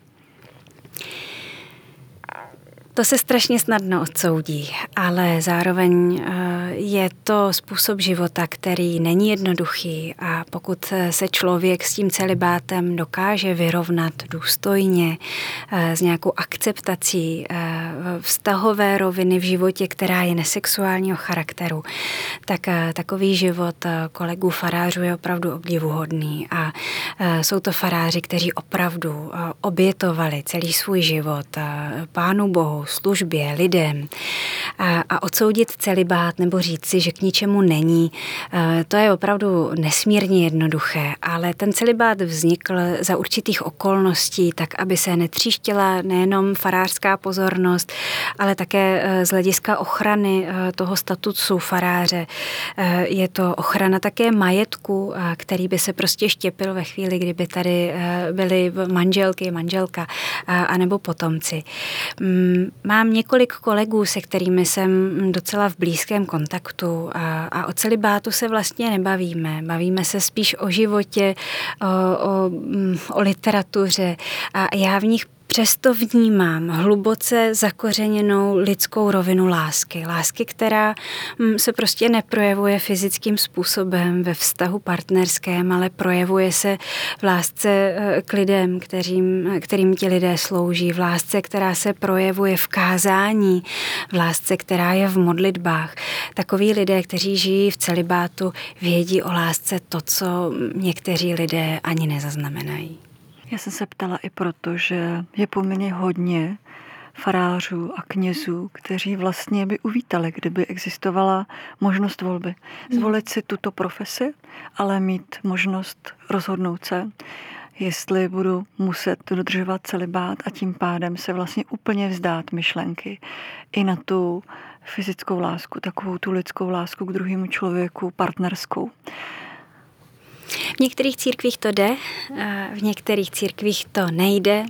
To se strašně snadno odsoudí, ale zároveň je to způsob života, který není jednoduchý a pokud se člověk s tím celibátem dokáže vyrovnat důstojně s nějakou akceptací vztahové roviny v životě, která je nesexuálního charakteru, tak takový život kolegů farářů je opravdu obdivuhodný a jsou to faráři, kteří opravdu obětovali celý svůj život Pánu Bohu, službě, lidem a, a odsoudit celibát nebo říct si, že k ničemu není, to je opravdu nesmírně jednoduché, ale ten celibát vznikl za určitých okolností, tak aby se netříštila nejenom farářská pozornost, ale také z hlediska ochrany toho statusu faráře. Je to ochrana také majetku, který by se prostě štěpil ve chvíli, kdyby tady byly manželky, manželka anebo potomci. Mám několik kolegů, se kterými jsem docela v blízkém kontaktu a, a o celibátu se vlastně nebavíme. Bavíme se spíš o životě, o, o, o literatuře a já v nich přesto vnímám hluboce zakořeněnou lidskou rovinu lásky. Lásky, která se prostě neprojevuje fyzickým způsobem ve vztahu partnerském, ale projevuje se v lásce k lidem, kterým, kterým ti lidé slouží, v lásce, která se projevuje v kázání, v lásce, která je v modlitbách. Takoví lidé, kteří žijí v celibátu, vědí o lásce to, co někteří lidé ani nezaznamenají. Já jsem se ptala i proto, že je poměrně hodně farářů a knězů, kteří vlastně by uvítali, kdyby existovala možnost volby. Zvolit si tuto profesi, ale mít možnost rozhodnout se, jestli budu muset dodržovat celibát a tím pádem se vlastně úplně vzdát myšlenky i na tu fyzickou lásku, takovou tu lidskou lásku k druhému člověku, partnerskou. V některých církvích to jde, v některých církvích to nejde.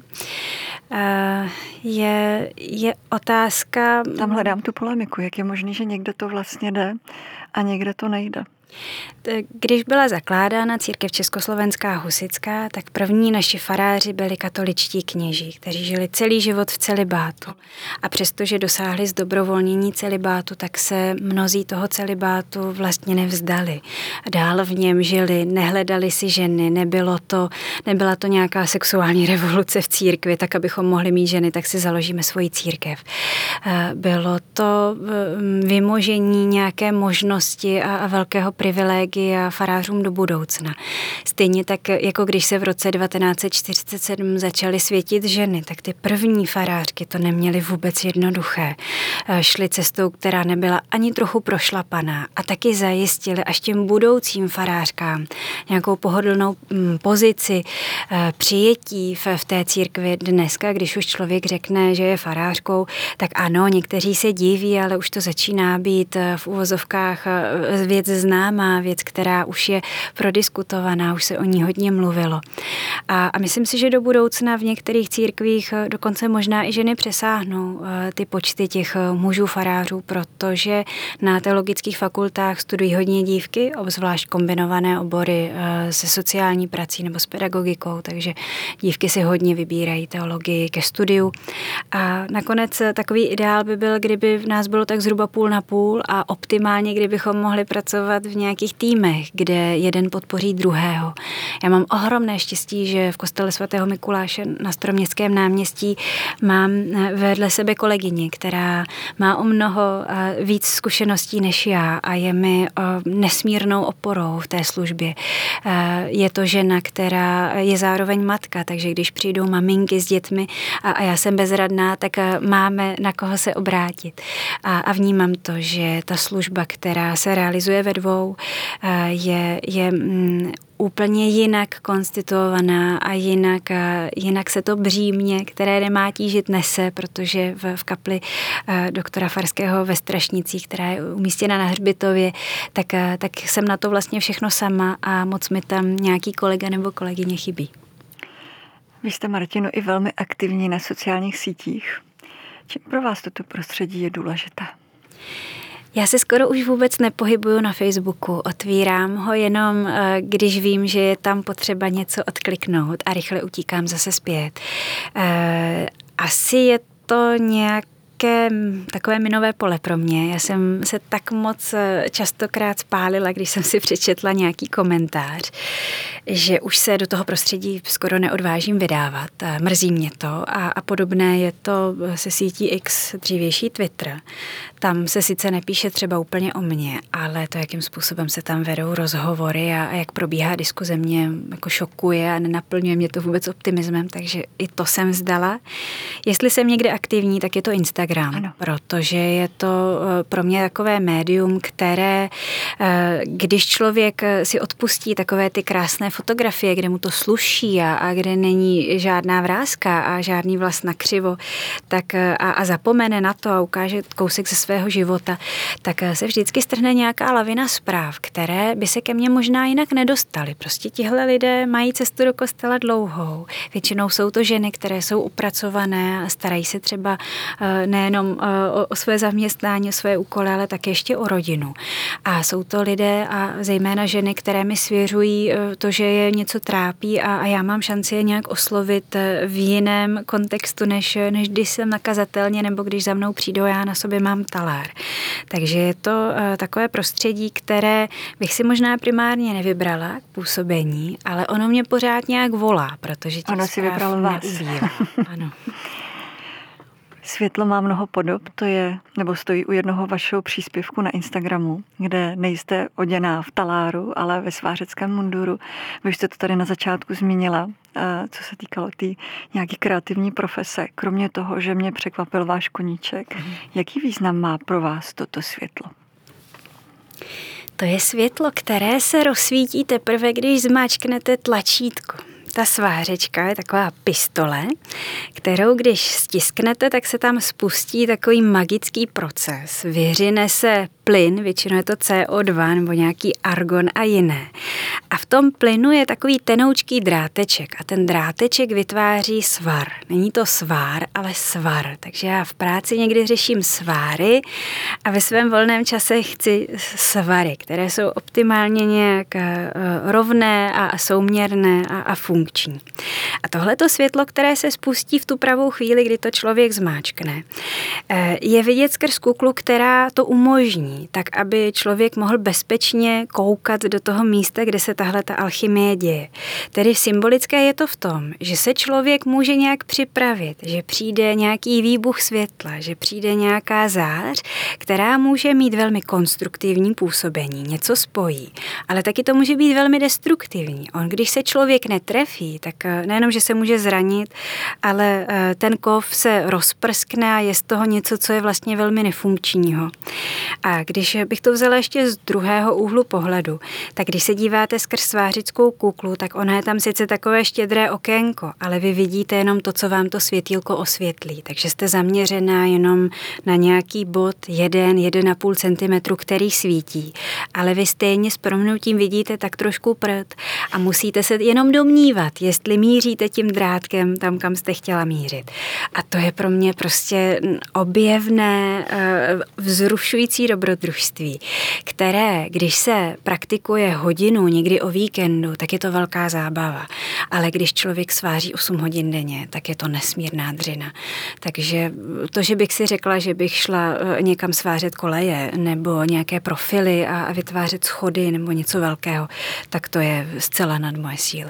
Je, je otázka... Tam hledám tu polemiku, jak je možné, že někde to vlastně jde a někde to nejde. Když byla zakládána církev Československá husitská, tak první naši faráři byli katoličtí kněží, kteří žili celý život v celibátu. A přestože dosáhli zdobrovolnění celibátu, tak se mnozí toho celibátu vlastně nevzdali. Dál v něm žili, nehledali si ženy, nebylo to, nebyla to nějaká sexuální revoluce v církvi, tak abychom mohli mít ženy, tak si založíme svoji církev. Bylo to vymožení nějaké možnosti a, a velkého privilegia farářům do budoucna. Stejně tak, jako když se v roce devatenáct set čtyřicet sedm začaly světit ženy, tak ty první farářky to neměly vůbec jednoduché. Šly cestou, která nebyla ani trochu prošlapaná a taky zajistili až těm budoucím farářkám nějakou pohodlnou pozici, přijetí v, v té církvi dneska, když už člověk řekne, že je farářkou, tak ano, někteří se diví, ale už to začíná být v uvozovkách věc zná známá, věc, která už je prodiskutovaná, už se o ní hodně mluvilo. A, a myslím si, že do budoucna v některých církvích dokonce možná i ženy přesáhnou ty počty těch mužů farářů, protože na teologických fakultách studují hodně dívky, obzvlášť kombinované obory se sociální prací nebo s pedagogikou, takže dívky si hodně vybírají teologii ke studiu. A nakonec takový ideál by byl, kdyby v nás bylo tak zhruba půl na půl a optimálně, kdybychom mohli pracovat v nějakých týmech, kde jeden podpoří druhého. Já mám ohromné štěstí, že v kostele svatého Mikuláše na Staroměstském náměstí mám vedle sebe kolegyni, která má o mnoho víc zkušeností než já a je mi nesmírnou oporou v té službě. Je to žena, která je zároveň matka, takže když přijdou maminky s dětmi a, a já jsem bezradná, tak máme na koho se obrátit. A, a vnímám to, že ta služba, která se realizuje ve dvou, je, je mm, úplně jinak konstituovaná a jinak, jinak se to břímě, které nemá tížit, nese, protože v, v kapli doktora Farského ve Strašnicích, která je umístěna na hřbitově, tak, tak jsem na to vlastně všechno sama a moc mi tam nějaký kolega nebo kolegyně chybí. Vy jste, Martino, i velmi aktivní na sociálních sítích. Čím pro vás toto prostředí je důležité? Já se skoro už vůbec nepohybuju na Facebooku, otvírám ho jenom, když vím, že je tam potřeba něco odkliknout a rychle utíkám zase zpět. Asi je to nějak takové minové pole pro mě. Já jsem se tak moc častokrát spálila, když jsem si přečetla nějaký komentář, že už se do toho prostředí skoro neodvážím vydávat. Mrzí mě to a, a podobné je to se sítí X, dřívější Twitter. Tam se sice nepíše třeba úplně o mně, ale to, jakým způsobem se tam vedou rozhovory a, a jak probíhá diskuze, mě jako šokuje a nenaplňuje mě to vůbec optimismem, takže i to jsem vzdala. Jestli jsem někde aktivní, tak je to Instagram, ano. Protože je to pro mě takové médium, které, když člověk si odpustí takové ty krásné fotografie, kde mu to sluší a, a kde není žádná vrázka a žádný vlas nakřivo, tak a, a zapomene na to a ukáže kousek ze svého života, tak se vždycky strhne nějaká lavina zpráv, které by se ke mně možná jinak nedostaly. Prostě tihle lidé mají cestu do kostela dlouhou. Většinou jsou to ženy, které jsou upracované a starají se třeba nejenom o, o své zaměstnání, o své úkoly, ale také ještě o rodinu. A jsou to lidé a zejména ženy, které mi svěřují to, že je něco trápí a, a já mám šanci je nějak oslovit v jiném kontextu, než, než když jsem nakazatelně nebo když za mnou přijdou, já na sobě mám talár. Takže je to uh, takové prostředí, které bych si možná primárně nevybrala k působení, ale ono mě pořád nějak volá, protože těch ono si vybralo vás. Ano. Světlo má mnoho podob, to je, nebo stojí u jednoho vašeho příspěvku na Instagramu, kde nejste oděná v taláru, ale ve svářeckém munduru. Vy jste to tady na začátku zmínila, co se týkalo té tý nějaký kreativní profese. Kromě toho, že mě překvapil váš koníček, mm. jaký význam má pro vás toto světlo? To je světlo, které se rozsvítí teprve, když zmáčknete tlačítko. Ta svářečka je taková pistole, kterou když stisknete, tak se tam spustí takový magický proces. Vyřine se plyn, většinou je to C O dva nebo nějaký argon a jiné. A v tom plynu je takový tenoučký dráteček a ten dráteček vytváří svar. Není to svár, ale svar. Takže já v práci někdy řeším sváry a ve svém volném čase chci svary, které jsou optimálně nějak rovné a souměrné a, a funkční. A tohleto světlo, které se spustí v tu pravou chvíli, kdy to člověk zmáčkne, je vidět skrz kuklu, která to umožní, tak aby člověk mohl bezpečně koukat do toho místa, kde se tahle ta alchymie děje. Tedy symbolické je to v tom, že se člověk může nějak připravit, že přijde nějaký výbuch světla, že přijde nějaká zář, která může mít velmi konstruktivní působení, něco spojí, ale taky to může být velmi destruktivní. On, když se člověk netrefí, tak nejenom, že se může zranit, ale ten kov se rozprskne a je z toho něco, co je vlastně velmi nefunkčního. A když bych to vzala ještě z druhého úhlu pohledu, tak když se díváte skrz svářickou kuklu, tak ona je tam sice takové štědré okénko, ale vy vidíte jenom to, co vám to světýlko osvětlí. Takže jste zaměřená jenom na nějaký bod jeden, jeden a půl centimetru, který svítí. Ale vy stejně s prominutím vidíte tak trošku prd a musíte se jenom domnívat, jestli míříte tím drátkem tam, kam jste chtěla mířit. A to je pro mě prostě objevné, vzrušující dobrodružství, které, když se praktikuje hodinu, někdy o víkendu, tak je to velká zábava. Ale když člověk sváří osm hodin denně, tak je to nesmírná dřina. Takže to, že bych si řekla, že bych šla někam svářet koleje nebo nějaké profily a vytvářet schody nebo něco velkého, tak to je zcela nad moje síly.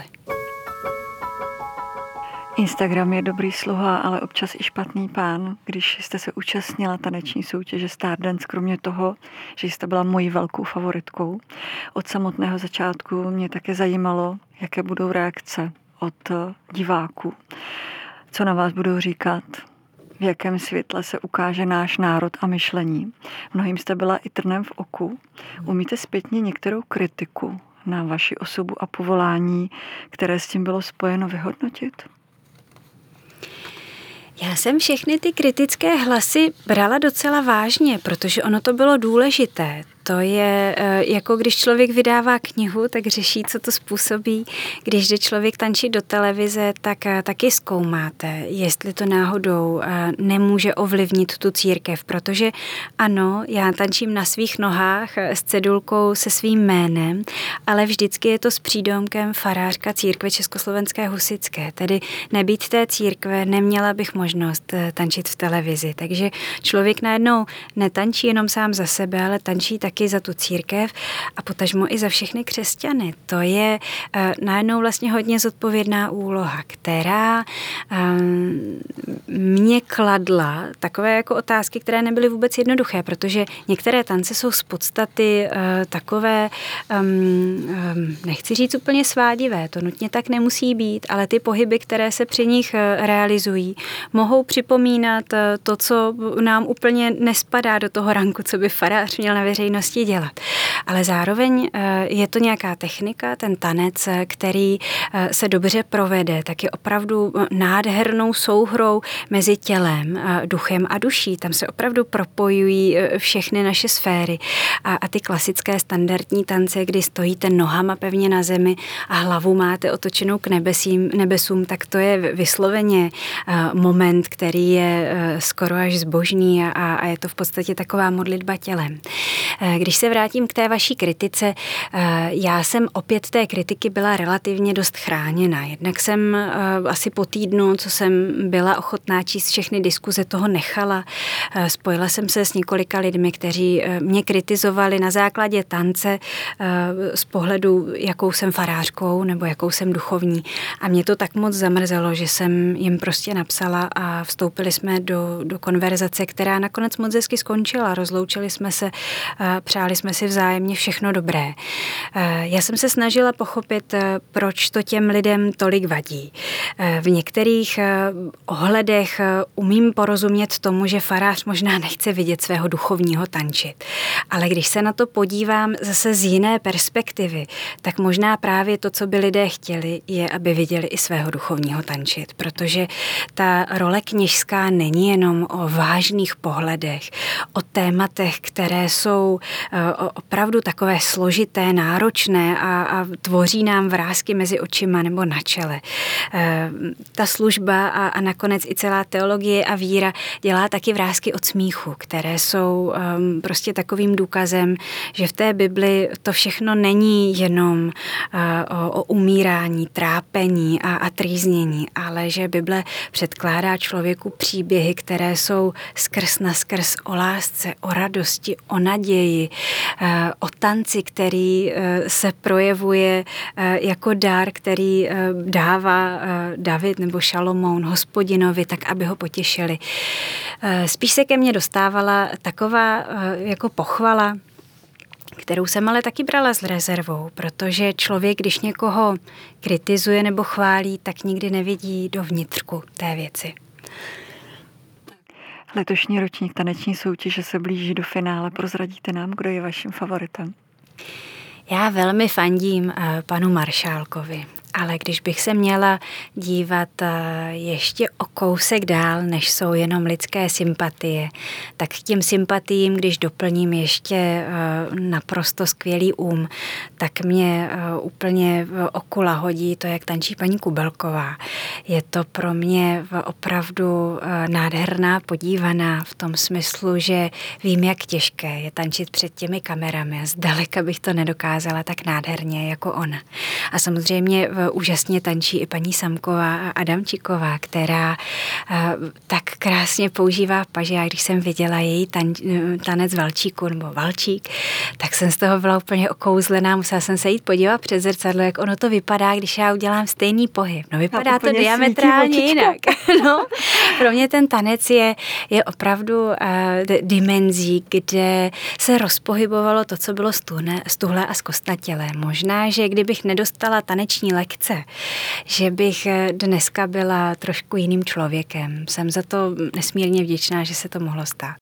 Instagram je dobrý sluha, ale občas i špatný pán. Když jste se účastnila taneční soutěže Stardance, kromě toho, že jste byla mojí velkou favoritkou, od samotného začátku mě také zajímalo, jaké budou reakce od diváků. Co na vás budou říkat, v jakém světle se ukáže náš národ a myšlení. Mnohým jste byla i trnem v oku. Umíte zpětně některou kritiku na vaši osobu a povolání, které s tím bylo spojeno, vyhodnotit? Já jsem všechny ty kritické hlasy brala docela vážně, protože ono to bylo důležité. To je jako když člověk vydává knihu, tak řeší, co to způsobí. Když jde člověk tančit do televize, tak taky zkoumáte, jestli to náhodou nemůže ovlivnit tu církev, protože ano, já tančím na svých nohách s cedulkou se svým jménem, ale vždycky je to s přídomkem farářka církve Československé husitské. Tedy nebýt té církve, neměla bych možnost tančit v televizi. Takže člověk najednou netančí jenom sám za sebe, ale tančí tak taky za tu církev a potažmo i za všechny křesťany. To je uh, najednou vlastně hodně zodpovědná úloha, která um, mě kladla takové jako otázky, které nebyly vůbec jednoduché, protože některé tance jsou z podstaty uh, takové, um, um, nechci říct úplně svádivé, to nutně tak nemusí být, ale ty pohyby, které se při nich uh, realizují, mohou připomínat uh, to, co nám úplně nespadá do toho ranku, co by farář měl na veřejnosti dělat. Ale zároveň je to nějaká technika, ten tanec, který se dobře provede, tak je opravdu nádhernou souhrou mezi tělem, duchem a duší. Tam se opravdu propojují všechny naše sféry. A, a ty klasické standardní tance, kdy stojíte nohama pevně na zemi a hlavu máte otočenou k nebesím, nebesům, tak to je vysloveně moment, který je skoro až zbožný a, a je to v podstatě taková modlitba tělem. Když se vrátím k té vaší kritice, já jsem opět té kritiky byla relativně dost chráněna. Jednak jsem asi po týdnu, co jsem byla ochotná číst všechny diskuze, toho nechala. Spojila jsem se s několika lidmi, kteří mě kritizovali na základě tance z pohledu, jakou jsem farářkou nebo jakou jsem duchovní. A mě to tak moc zamrzelo, že jsem jim prostě napsala a vstoupili jsme do, do konverzace, která nakonec moc hezky skončila. Rozloučili jsme se, přáli jsme si vzájemně všechno dobré. Já jsem se snažila pochopit, proč to těm lidem tolik vadí. V některých ohledech umím porozumět tomu, že farář možná nechce vidět svého duchovního tančit. Ale když se na to podívám zase z jiné perspektivy, tak možná právě to, co by lidé chtěli, je, aby viděli i svého duchovního tančit. Protože ta role kněžská není jenom o vážných pohledech, o tématech, které jsou opravdu takové složité, náročné a, a tvoří nám vrásky mezi očima nebo na čele. E, ta služba a, a nakonec i celá teologie a víra dělá taky vrásky od smíchu, které jsou um, prostě takovým důkazem, že v té Bibli to všechno není jenom uh, o, o umírání, trápení a, a trýznění, ale že Bible předkládá člověku příběhy, které jsou skrz na skrz o lásce, o radosti, o naději, o tanci, který se projevuje jako dar, který dává David nebo Šalomoun Hospodinovi, tak aby ho potěšili. Spíš se ke mně dostávala taková jako pochvala, kterou jsem ale taky brala s rezervou, protože člověk, když někoho kritizuje nebo chválí, tak nikdy nevidí do vnitřku té věci. Letošní ročník taneční soutěže se blíží do finále. Prozradíte nám, kdo je vaším favoritem? Já velmi fandím panu Maršálkovi. Ale když bych se měla dívat ještě o kousek dál, než jsou jenom lidské sympatie, tak k těm sympatiím, když doplním ještě naprosto skvělý um, tak mě úplně okula hodí to, jak tančí paní Kubelková. Je to pro mě opravdu nádherná podívaná v tom smyslu, že vím, jak těžké je tančit před těmi kamerami. Zdaleka bych to nedokázala tak nádherně jako ona. A samozřejmě úžasně tančí i paní Samková a Adamčíková, která tak krásně používá paže. Já když jsem viděla její tan, tanec valčíku nebo valčík, tak jsem z toho byla úplně okouzlená. Musela jsem se jít podívat před zrcadlo, jak ono to vypadá, když já udělám stejný pohyb. No vypadá to diametrálně jinak. No, pro mě ten tanec je, je opravdu uh, dimenzí, kde se rozpohybovalo to, co bylo stuhne, stuhlé a zkostnatělé. Možná, že kdybych nedostala taneční lekce, že bych dneska byla trošku jiným člověkem. Jsem za to nesmírně vděčná, že se to mohlo stát.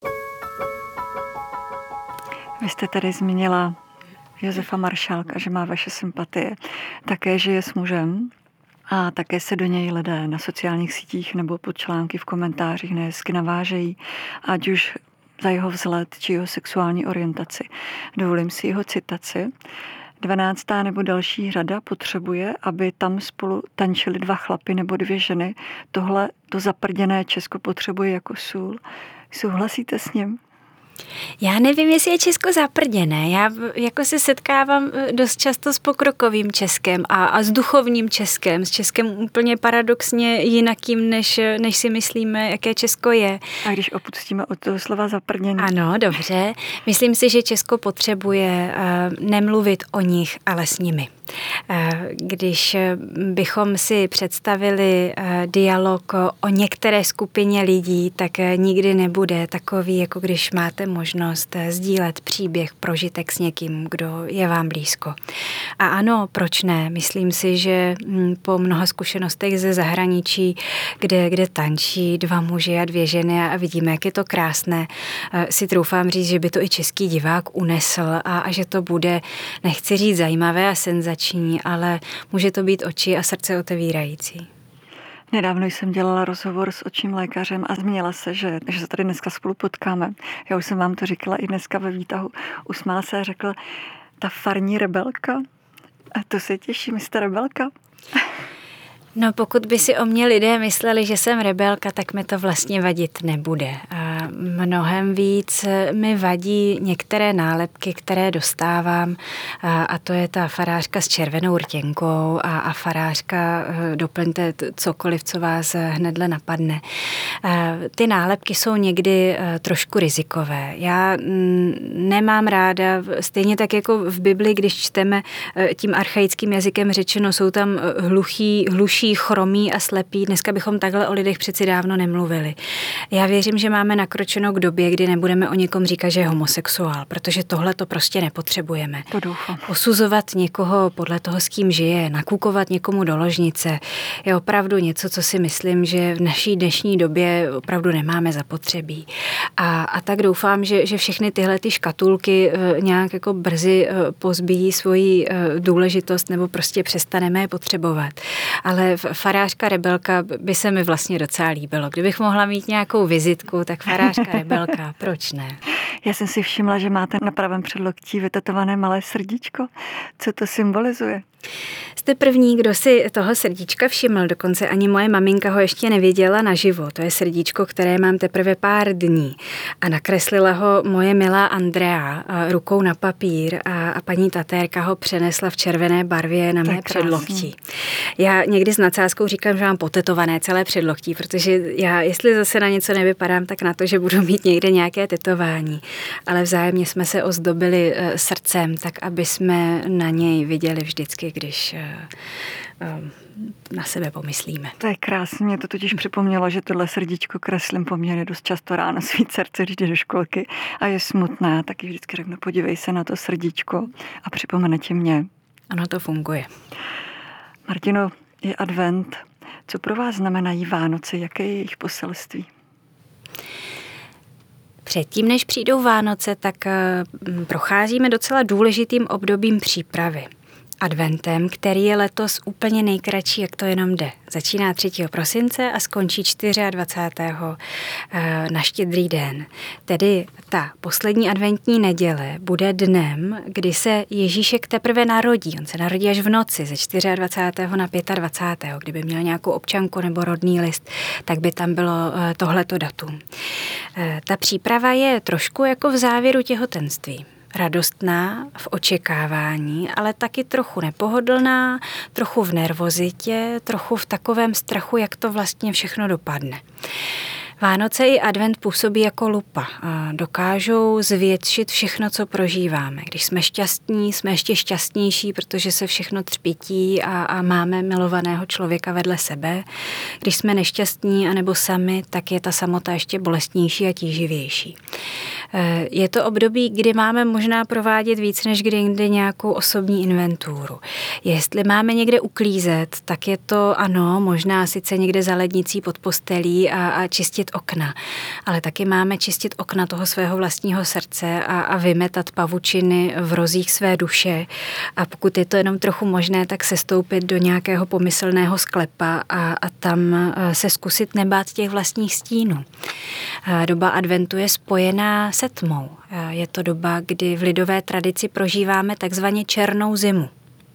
Vy jste tady zmínila Josefa Maršálka, že má vaše sympatie. Také žije s mužem a také se do něj lidé na sociálních sítích nebo pod články v komentářích nehezky navážejí, ať už za jeho vzhled či jeho sexuální orientaci. Dovolím si jeho citaci. Dvanáctá nebo další řada potřebuje, aby tam spolu tančili dva chlapy nebo dvě ženy. Tohle to zaprděné Česko potřebuje jako sůl. Souhlasíte s ním? Já nevím, jestli je Česko zaprděné. Já jako se setkávám dost často s pokrokovým Českem a, a s duchovním Českem, s Českem úplně paradoxně jinakým, než, než si myslíme, jaké Česko je. A když opustíme od toho slova zaprděný. Ano, dobře. Myslím si, že Česko potřebuje uh, nemluvit o nich, ale s nimi. Když bychom si představili dialog o některé skupině lidí, tak nikdy nebude takový, jako když máte možnost sdílet příběh, prožitek s někým, kdo je vám blízko. A ano, proč ne? Myslím si, že po mnoha zkušenostech ze zahraničí, kde, kde tančí dva muži a dvě ženy a vidíme, jak je to krásné, si troufám říct, že by to i český divák unesl a, a že to bude, nechci říct zajímavé a senzační, ale může to být oči a srdce otevírající. Nedávno jsem dělala rozhovor s očním lékařem a zmínila se, že, že se tady dneska spolu potkáme. Já už jsem vám to říkala i dneska ve výtahu. Usmál se a řekl, ta farní rebelka. A to se těším, jste rebelka? No pokud by si o mě lidé mysleli, že jsem rebelka, tak mi to vlastně vadit nebude. A mnohem víc mi vadí některé nálepky, které dostávám, a, a to je ta farářka s červenou rtěnkou a, a farářka, doplňte cokoliv, co vás hnedle napadne. A ty nálepky jsou někdy trošku rizikové. Já nemám ráda, stejně tak jako v Bibli, když čteme tím archaickým jazykem řečeno, jsou tam hluchí, hluší, chromí a slepí. Dneska bychom takhle o lidech přeci dávno nemluvili. Já věřím, že máme nakročeno k době, kdy nebudeme o někom říkat, že je homosexuál, protože tohle to prostě nepotřebujeme. To doufám. Posuzovat někoho podle toho, s kým žije, nakukovat někomu do ložnice, je opravdu něco, co si myslím, že v naší dnešní době opravdu nemáme zapotřebí. A, a tak doufám, že, že všechny tyhle ty škatulky e, nějak jako brzy e, pozbíjí svoji e, důležitost nebo prostě přestaneme je potřebovat. Ale farářka rebelka by se mi vlastně docela líbilo. Kdybych mohla mít nějakou vizitku, tak farářka rebelka, proč ne? Já jsem si všimla, že máte na pravém předloktí vytetované malé srdíčko. Co to symbolizuje? Jste první, kdo si toho srdíčka všiml, dokonce ani moje maminka ho ještě neviděla naživo. To je srdíčko, které mám teprve pár dní. A nakreslila ho moje milá Andrea rukou na papír a, a paní Tatérka ho přenesla v červené barvě na mé předloktí. Já někdy s nadsázkou říkám, že mám potetované celé předloktí, protože já, jestli zase na něco nevypadám, tak na to, že budu mít někde nějaké tetování. Ale vzájemně jsme se ozdobili srdcem, tak aby jsme na něj viděli vždycky, když na sebe pomyslíme. To je krásné, mě to totiž připomnělo, že tohle srdíčko kreslím poměrně dost často ráno svít srdce, když jde do školky a je smutné, taky vždycky řeknu, podívej se na to srdíčko a připomene ti mě. Ano, to funguje. Martino, je advent. Co pro vás znamenají Vánoce? Jaké je jejich poselství? Předtím, než přijdou Vánoce, tak procházíme docela důležitým obdobím přípravy. Adventem, který je letos úplně nejkratší, jak to jenom jde. Začíná třetího prosince a skončí dvacátého čtvrtého na Štědrý den. Tedy ta poslední adventní neděle bude dnem, kdy se Ježíšek teprve narodí. On se narodí až v noci ze dvacátého čtvrtého na dvacátého pátého Kdyby měl nějakou občanku nebo rodný list, tak by tam bylo tohleto datum. Ta příprava je trošku jako v závěru těhotenství. Radostná v očekávání, ale taky trochu nepohodlná, trochu v nervozitě, trochu v takovém strachu, jak to vlastně všechno dopadne. Vánoce i advent působí jako lupa. Dokážou zvětšit všechno, co prožíváme. Když jsme šťastní, jsme ještě šťastnější, protože se všechno třpití a, a máme milovaného člověka vedle sebe. Když jsme nešťastní anebo sami, tak je ta samota ještě bolestnější a tíživější. Je to období, kdy máme možná provádět víc než kdy jindy nějakou osobní inventuru. Jestli máme někde uklízet, tak je to ano, možná sice někde za lednicí pod postelí a, a čistit okna, ale taky máme čistit okna toho svého vlastního srdce a, a vymetat pavučiny v rozích své duše. A pokud je to jenom trochu možné, tak sestoupit do nějakého pomyslného sklepa a, a tam se zkusit nebát těch vlastních stínů. Doba adventu je spojená se tmou. Je to doba, kdy v lidové tradici prožíváme takzvaně černou zimu.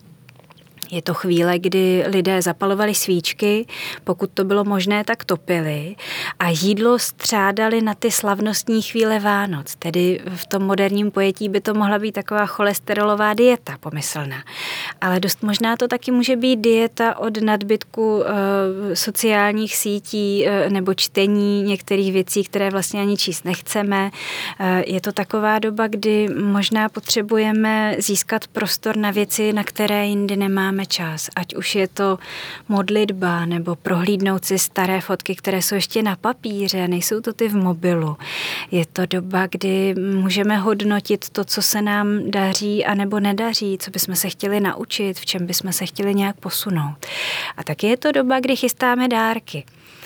Je to chvíle, kdy lidé zapalovali svíčky, pokud to bylo možné, tak topili a jídlo střádali na ty slavnostní chvíle Vánoc. Tedy v tom moderním pojetí by to mohla být taková cholesterolová dieta pomyslná. Ale dost možná to taky může být dieta od nadbytku e, sociálních sítí e, nebo čtení některých věcí, které vlastně ani číst nechceme. E, je to taková doba, kdy možná potřebujeme získat prostor na věci, na které jindy nemáme čas. Ať už je to modlitba nebo prohlídnout si staré fotky, které jsou ještě na papíře, nejsou to ty v mobilu. Je to doba, kdy můžeme hodnotit to, co se nám daří a nebo nedaří, co bychom se chtěli naučit, v čem bychom se chtěli nějak posunout. A taky je to doba, kdy chystáme dárky.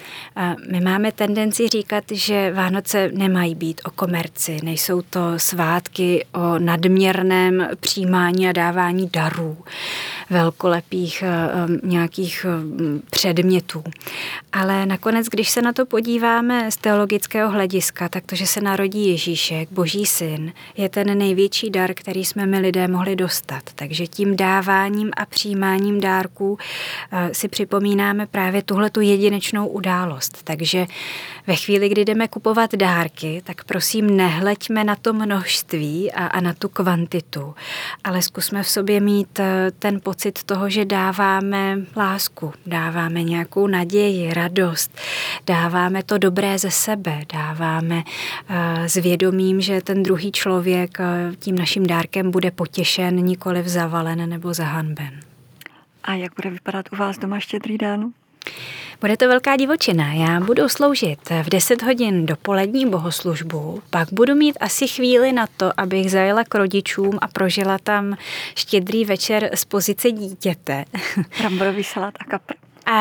My máme tendenci říkat, že Vánoce nemají být o komerci, nejsou to svátky o nadměrném přijímání a dávání darů, velkolepých nějakých předmětů. Ale nakonec, když se na to podíváme z teologického hlediska, tak to, že se narodí Ježíšek, Boží syn, je ten největší dar, který jsme my lidé mohli dostat. Takže tím dáváním a přijímáním dárků si připomínáme právě tuhletu jedinečnou událost. Takže ve chvíli, kdy jdeme kupovat dárky, tak prosím nehleďme na to množství a, a na tu kvantitu, ale zkusme v sobě mít ten pocit toho, že dáváme lásku, dáváme nějakou naději, radost, dáváme to dobré ze sebe, dáváme uh, s vědomím, že ten druhý člověk uh, tím naším dárkem bude potěšen, nikoliv zavalen nebo zahanben. A jak bude vypadat u vás doma Štědrý den? Bude to velká divočina. Já budu sloužit v deset hodin dopolední bohoslužbu, pak budu mít asi chvíli na to, abych zajela k rodičům a prožila tam štědrý večer z pozice dítěte. Bramborový salát a kapr.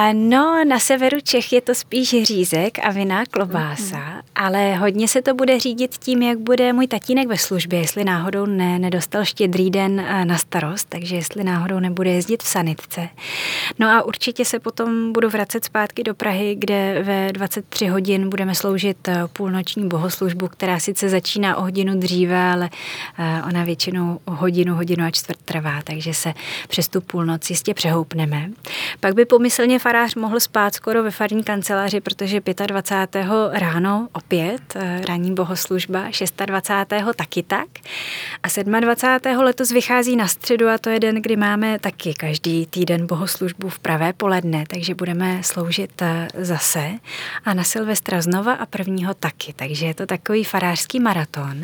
No, na severu Čech je to spíš řízek a vinná klobása, mm-hmm. ale hodně se to bude řídit tím, jak bude můj tatínek ve službě, jestli náhodou ne, nedostal Štědrý den na starost, takže jestli náhodou nebude jezdit v sanitce. No a určitě se potom budu vracet zpátky do Prahy, kde ve dvacet tři hodin budeme sloužit půlnoční bohoslužbu, která sice začíná o hodinu dříve, ale ona většinou hodinu, hodinu a čtvrt trvá, takže se přes tu půlnoc jistě přehoupneme. Pak by pomyslně farář mohl spát skoro ve farní kanceláři, protože dvacátého pátého ráno opět ranní bohoslužba, dvacátého šestého taky tak a dvacátého sedmého letos vychází na středu a to je den, kdy máme taky každý týden bohoslužbu v pravé poledne, takže budeme sloužit zase a na Silvestra znova a prvního taky, takže je to takový farářský maraton,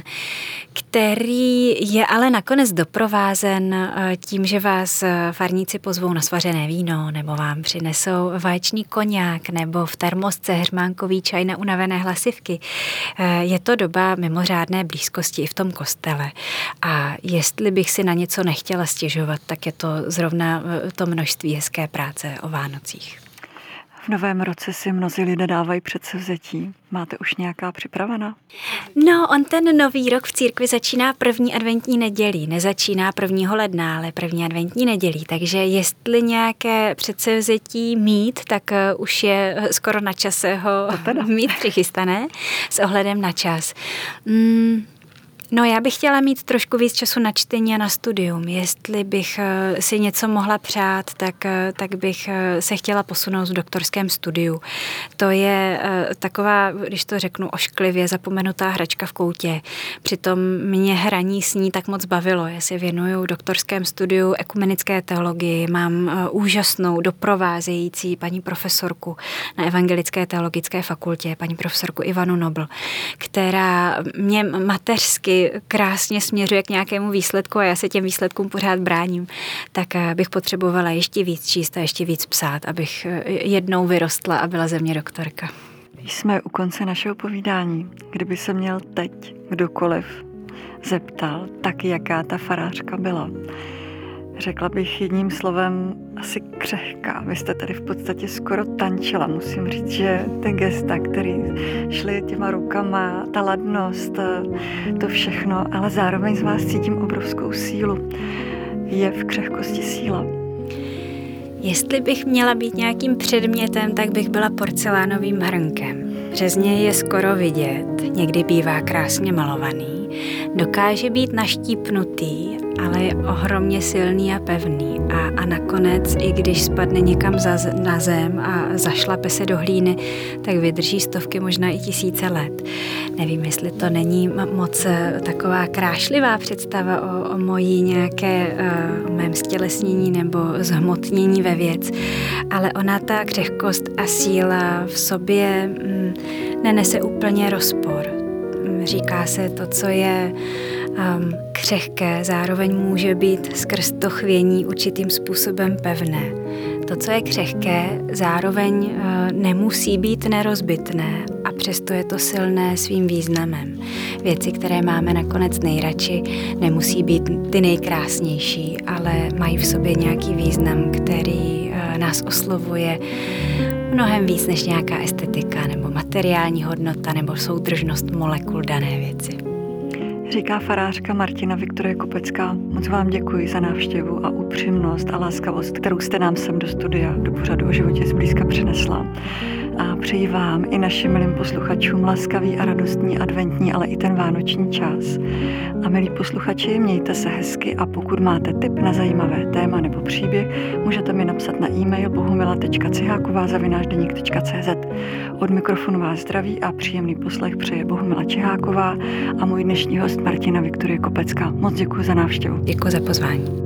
který je ale nakonec doprovázen tím, že vás farníci pozvou na svařené víno nebo vám přinesou vaječný koňák nebo v termosce hřmánkový čaj na unavené hlasivky. Je to doba mimořádné blízkosti i v tom kostele. A jestli bych si na něco nechtěla stěžovat, tak je to zrovna to množství hezké práce o Vánocích. V novém roce si mnozí lidé dávají předsevzetí. Máte už nějaká připravená? No, on ten nový rok v církvi začíná první adventní nedělí. Nezačíná prvního ledna, ale první adventní nedělí. Takže jestli nějaké předsevzetí mít, tak uh, už je skoro na čase ho mít přichystané s ohledem na čas. Mm. No, já bych chtěla mít trošku víc času na čtení a na studium. Jestli bych si něco mohla přát, tak, tak bych se chtěla posunout v doktorském studiu. To je taková, když to řeknu ošklivě, zapomenutá hračka v koutě. Přitom mě hraní s ní tak moc bavilo. Já se věnuju v doktorském studiu ekumenické teologii. Mám úžasnou doprovázející paní profesorku na Evangelické teologické fakultě, paní profesorku Ivanu Nobl, která mě mateřsky krásně směřuje k nějakému výsledku a já se těm výsledkům pořád bráním, tak bych potřebovala ještě víc číst a ještě víc psát, abych jednou vyrostla a byla ze mě doktorka. Jsme u konce našeho povídání. Kdyby se měl teď kdokoliv zeptal, tak jaká ta farářka byla, řekla bych jedním slovem asi křehká. Vy jste tady v podstatě skoro tančila. Musím říct, že ty gesta, které šly těma rukama, ta ladnost, to všechno, ale zároveň z vás cítím obrovskou sílu. Je v křehkosti síla. Jestli bych měla být nějakým předmětem, tak bych byla porcelánovým hrnkem. Přes něj je skoro vidět, někdy bývá krásně malovaný, dokáže být naštípnutý, ale je ohromně silný a pevný a, a nakonec, i když spadne někam za, na zem a zašlape se do hlíny, tak vydrží stovky, možná i tisíce let. Nevím, jestli to není moc taková krášlivá představa o, o mojí nějaké, o mém stělesnění nebo zhmotnění ve věc, ale ona, ta křehkost a síla v sobě mm, nenese úplně rozpor. Říká se, to, co je um, křehké, zároveň může být skrz to chvění určitým způsobem pevné. To, co je křehké, zároveň uh, nemusí být nerozbitné a přesto je to silné svým významem. Věci, které máme nakonec nejradši, nemusí být ty nejkrásnější, ale mají v sobě nějaký význam, který uh, nás oslovuje mnohem víc než nějaká estetika nebo materiální hodnota nebo soudržnost molekul dané věci. Říká farářka Martina Viktorie Kopecká. Moc vám děkuji za návštěvu a upřímnost a laskavost, kterou jste nám sem do studia, do pořadu O životě zblízka přinesla. A přeji vám i našim milým posluchačům laskavý a radostný adventní, ale i ten vánoční čas. A milí posluchači, mějte se hezky a pokud máte tip na zajímavé téma nebo příběh, můžete mi napsat na e-mail bohumila tečka ciháková zavináč deník tečka cé zet. Od mikrofonu vás zdraví a příjemný poslech přeje Bohumila Čiháková a můj dnešní host Martina Viktorie Kopecká. Moc děkuji za návštěvu. Děkuji za pozvání.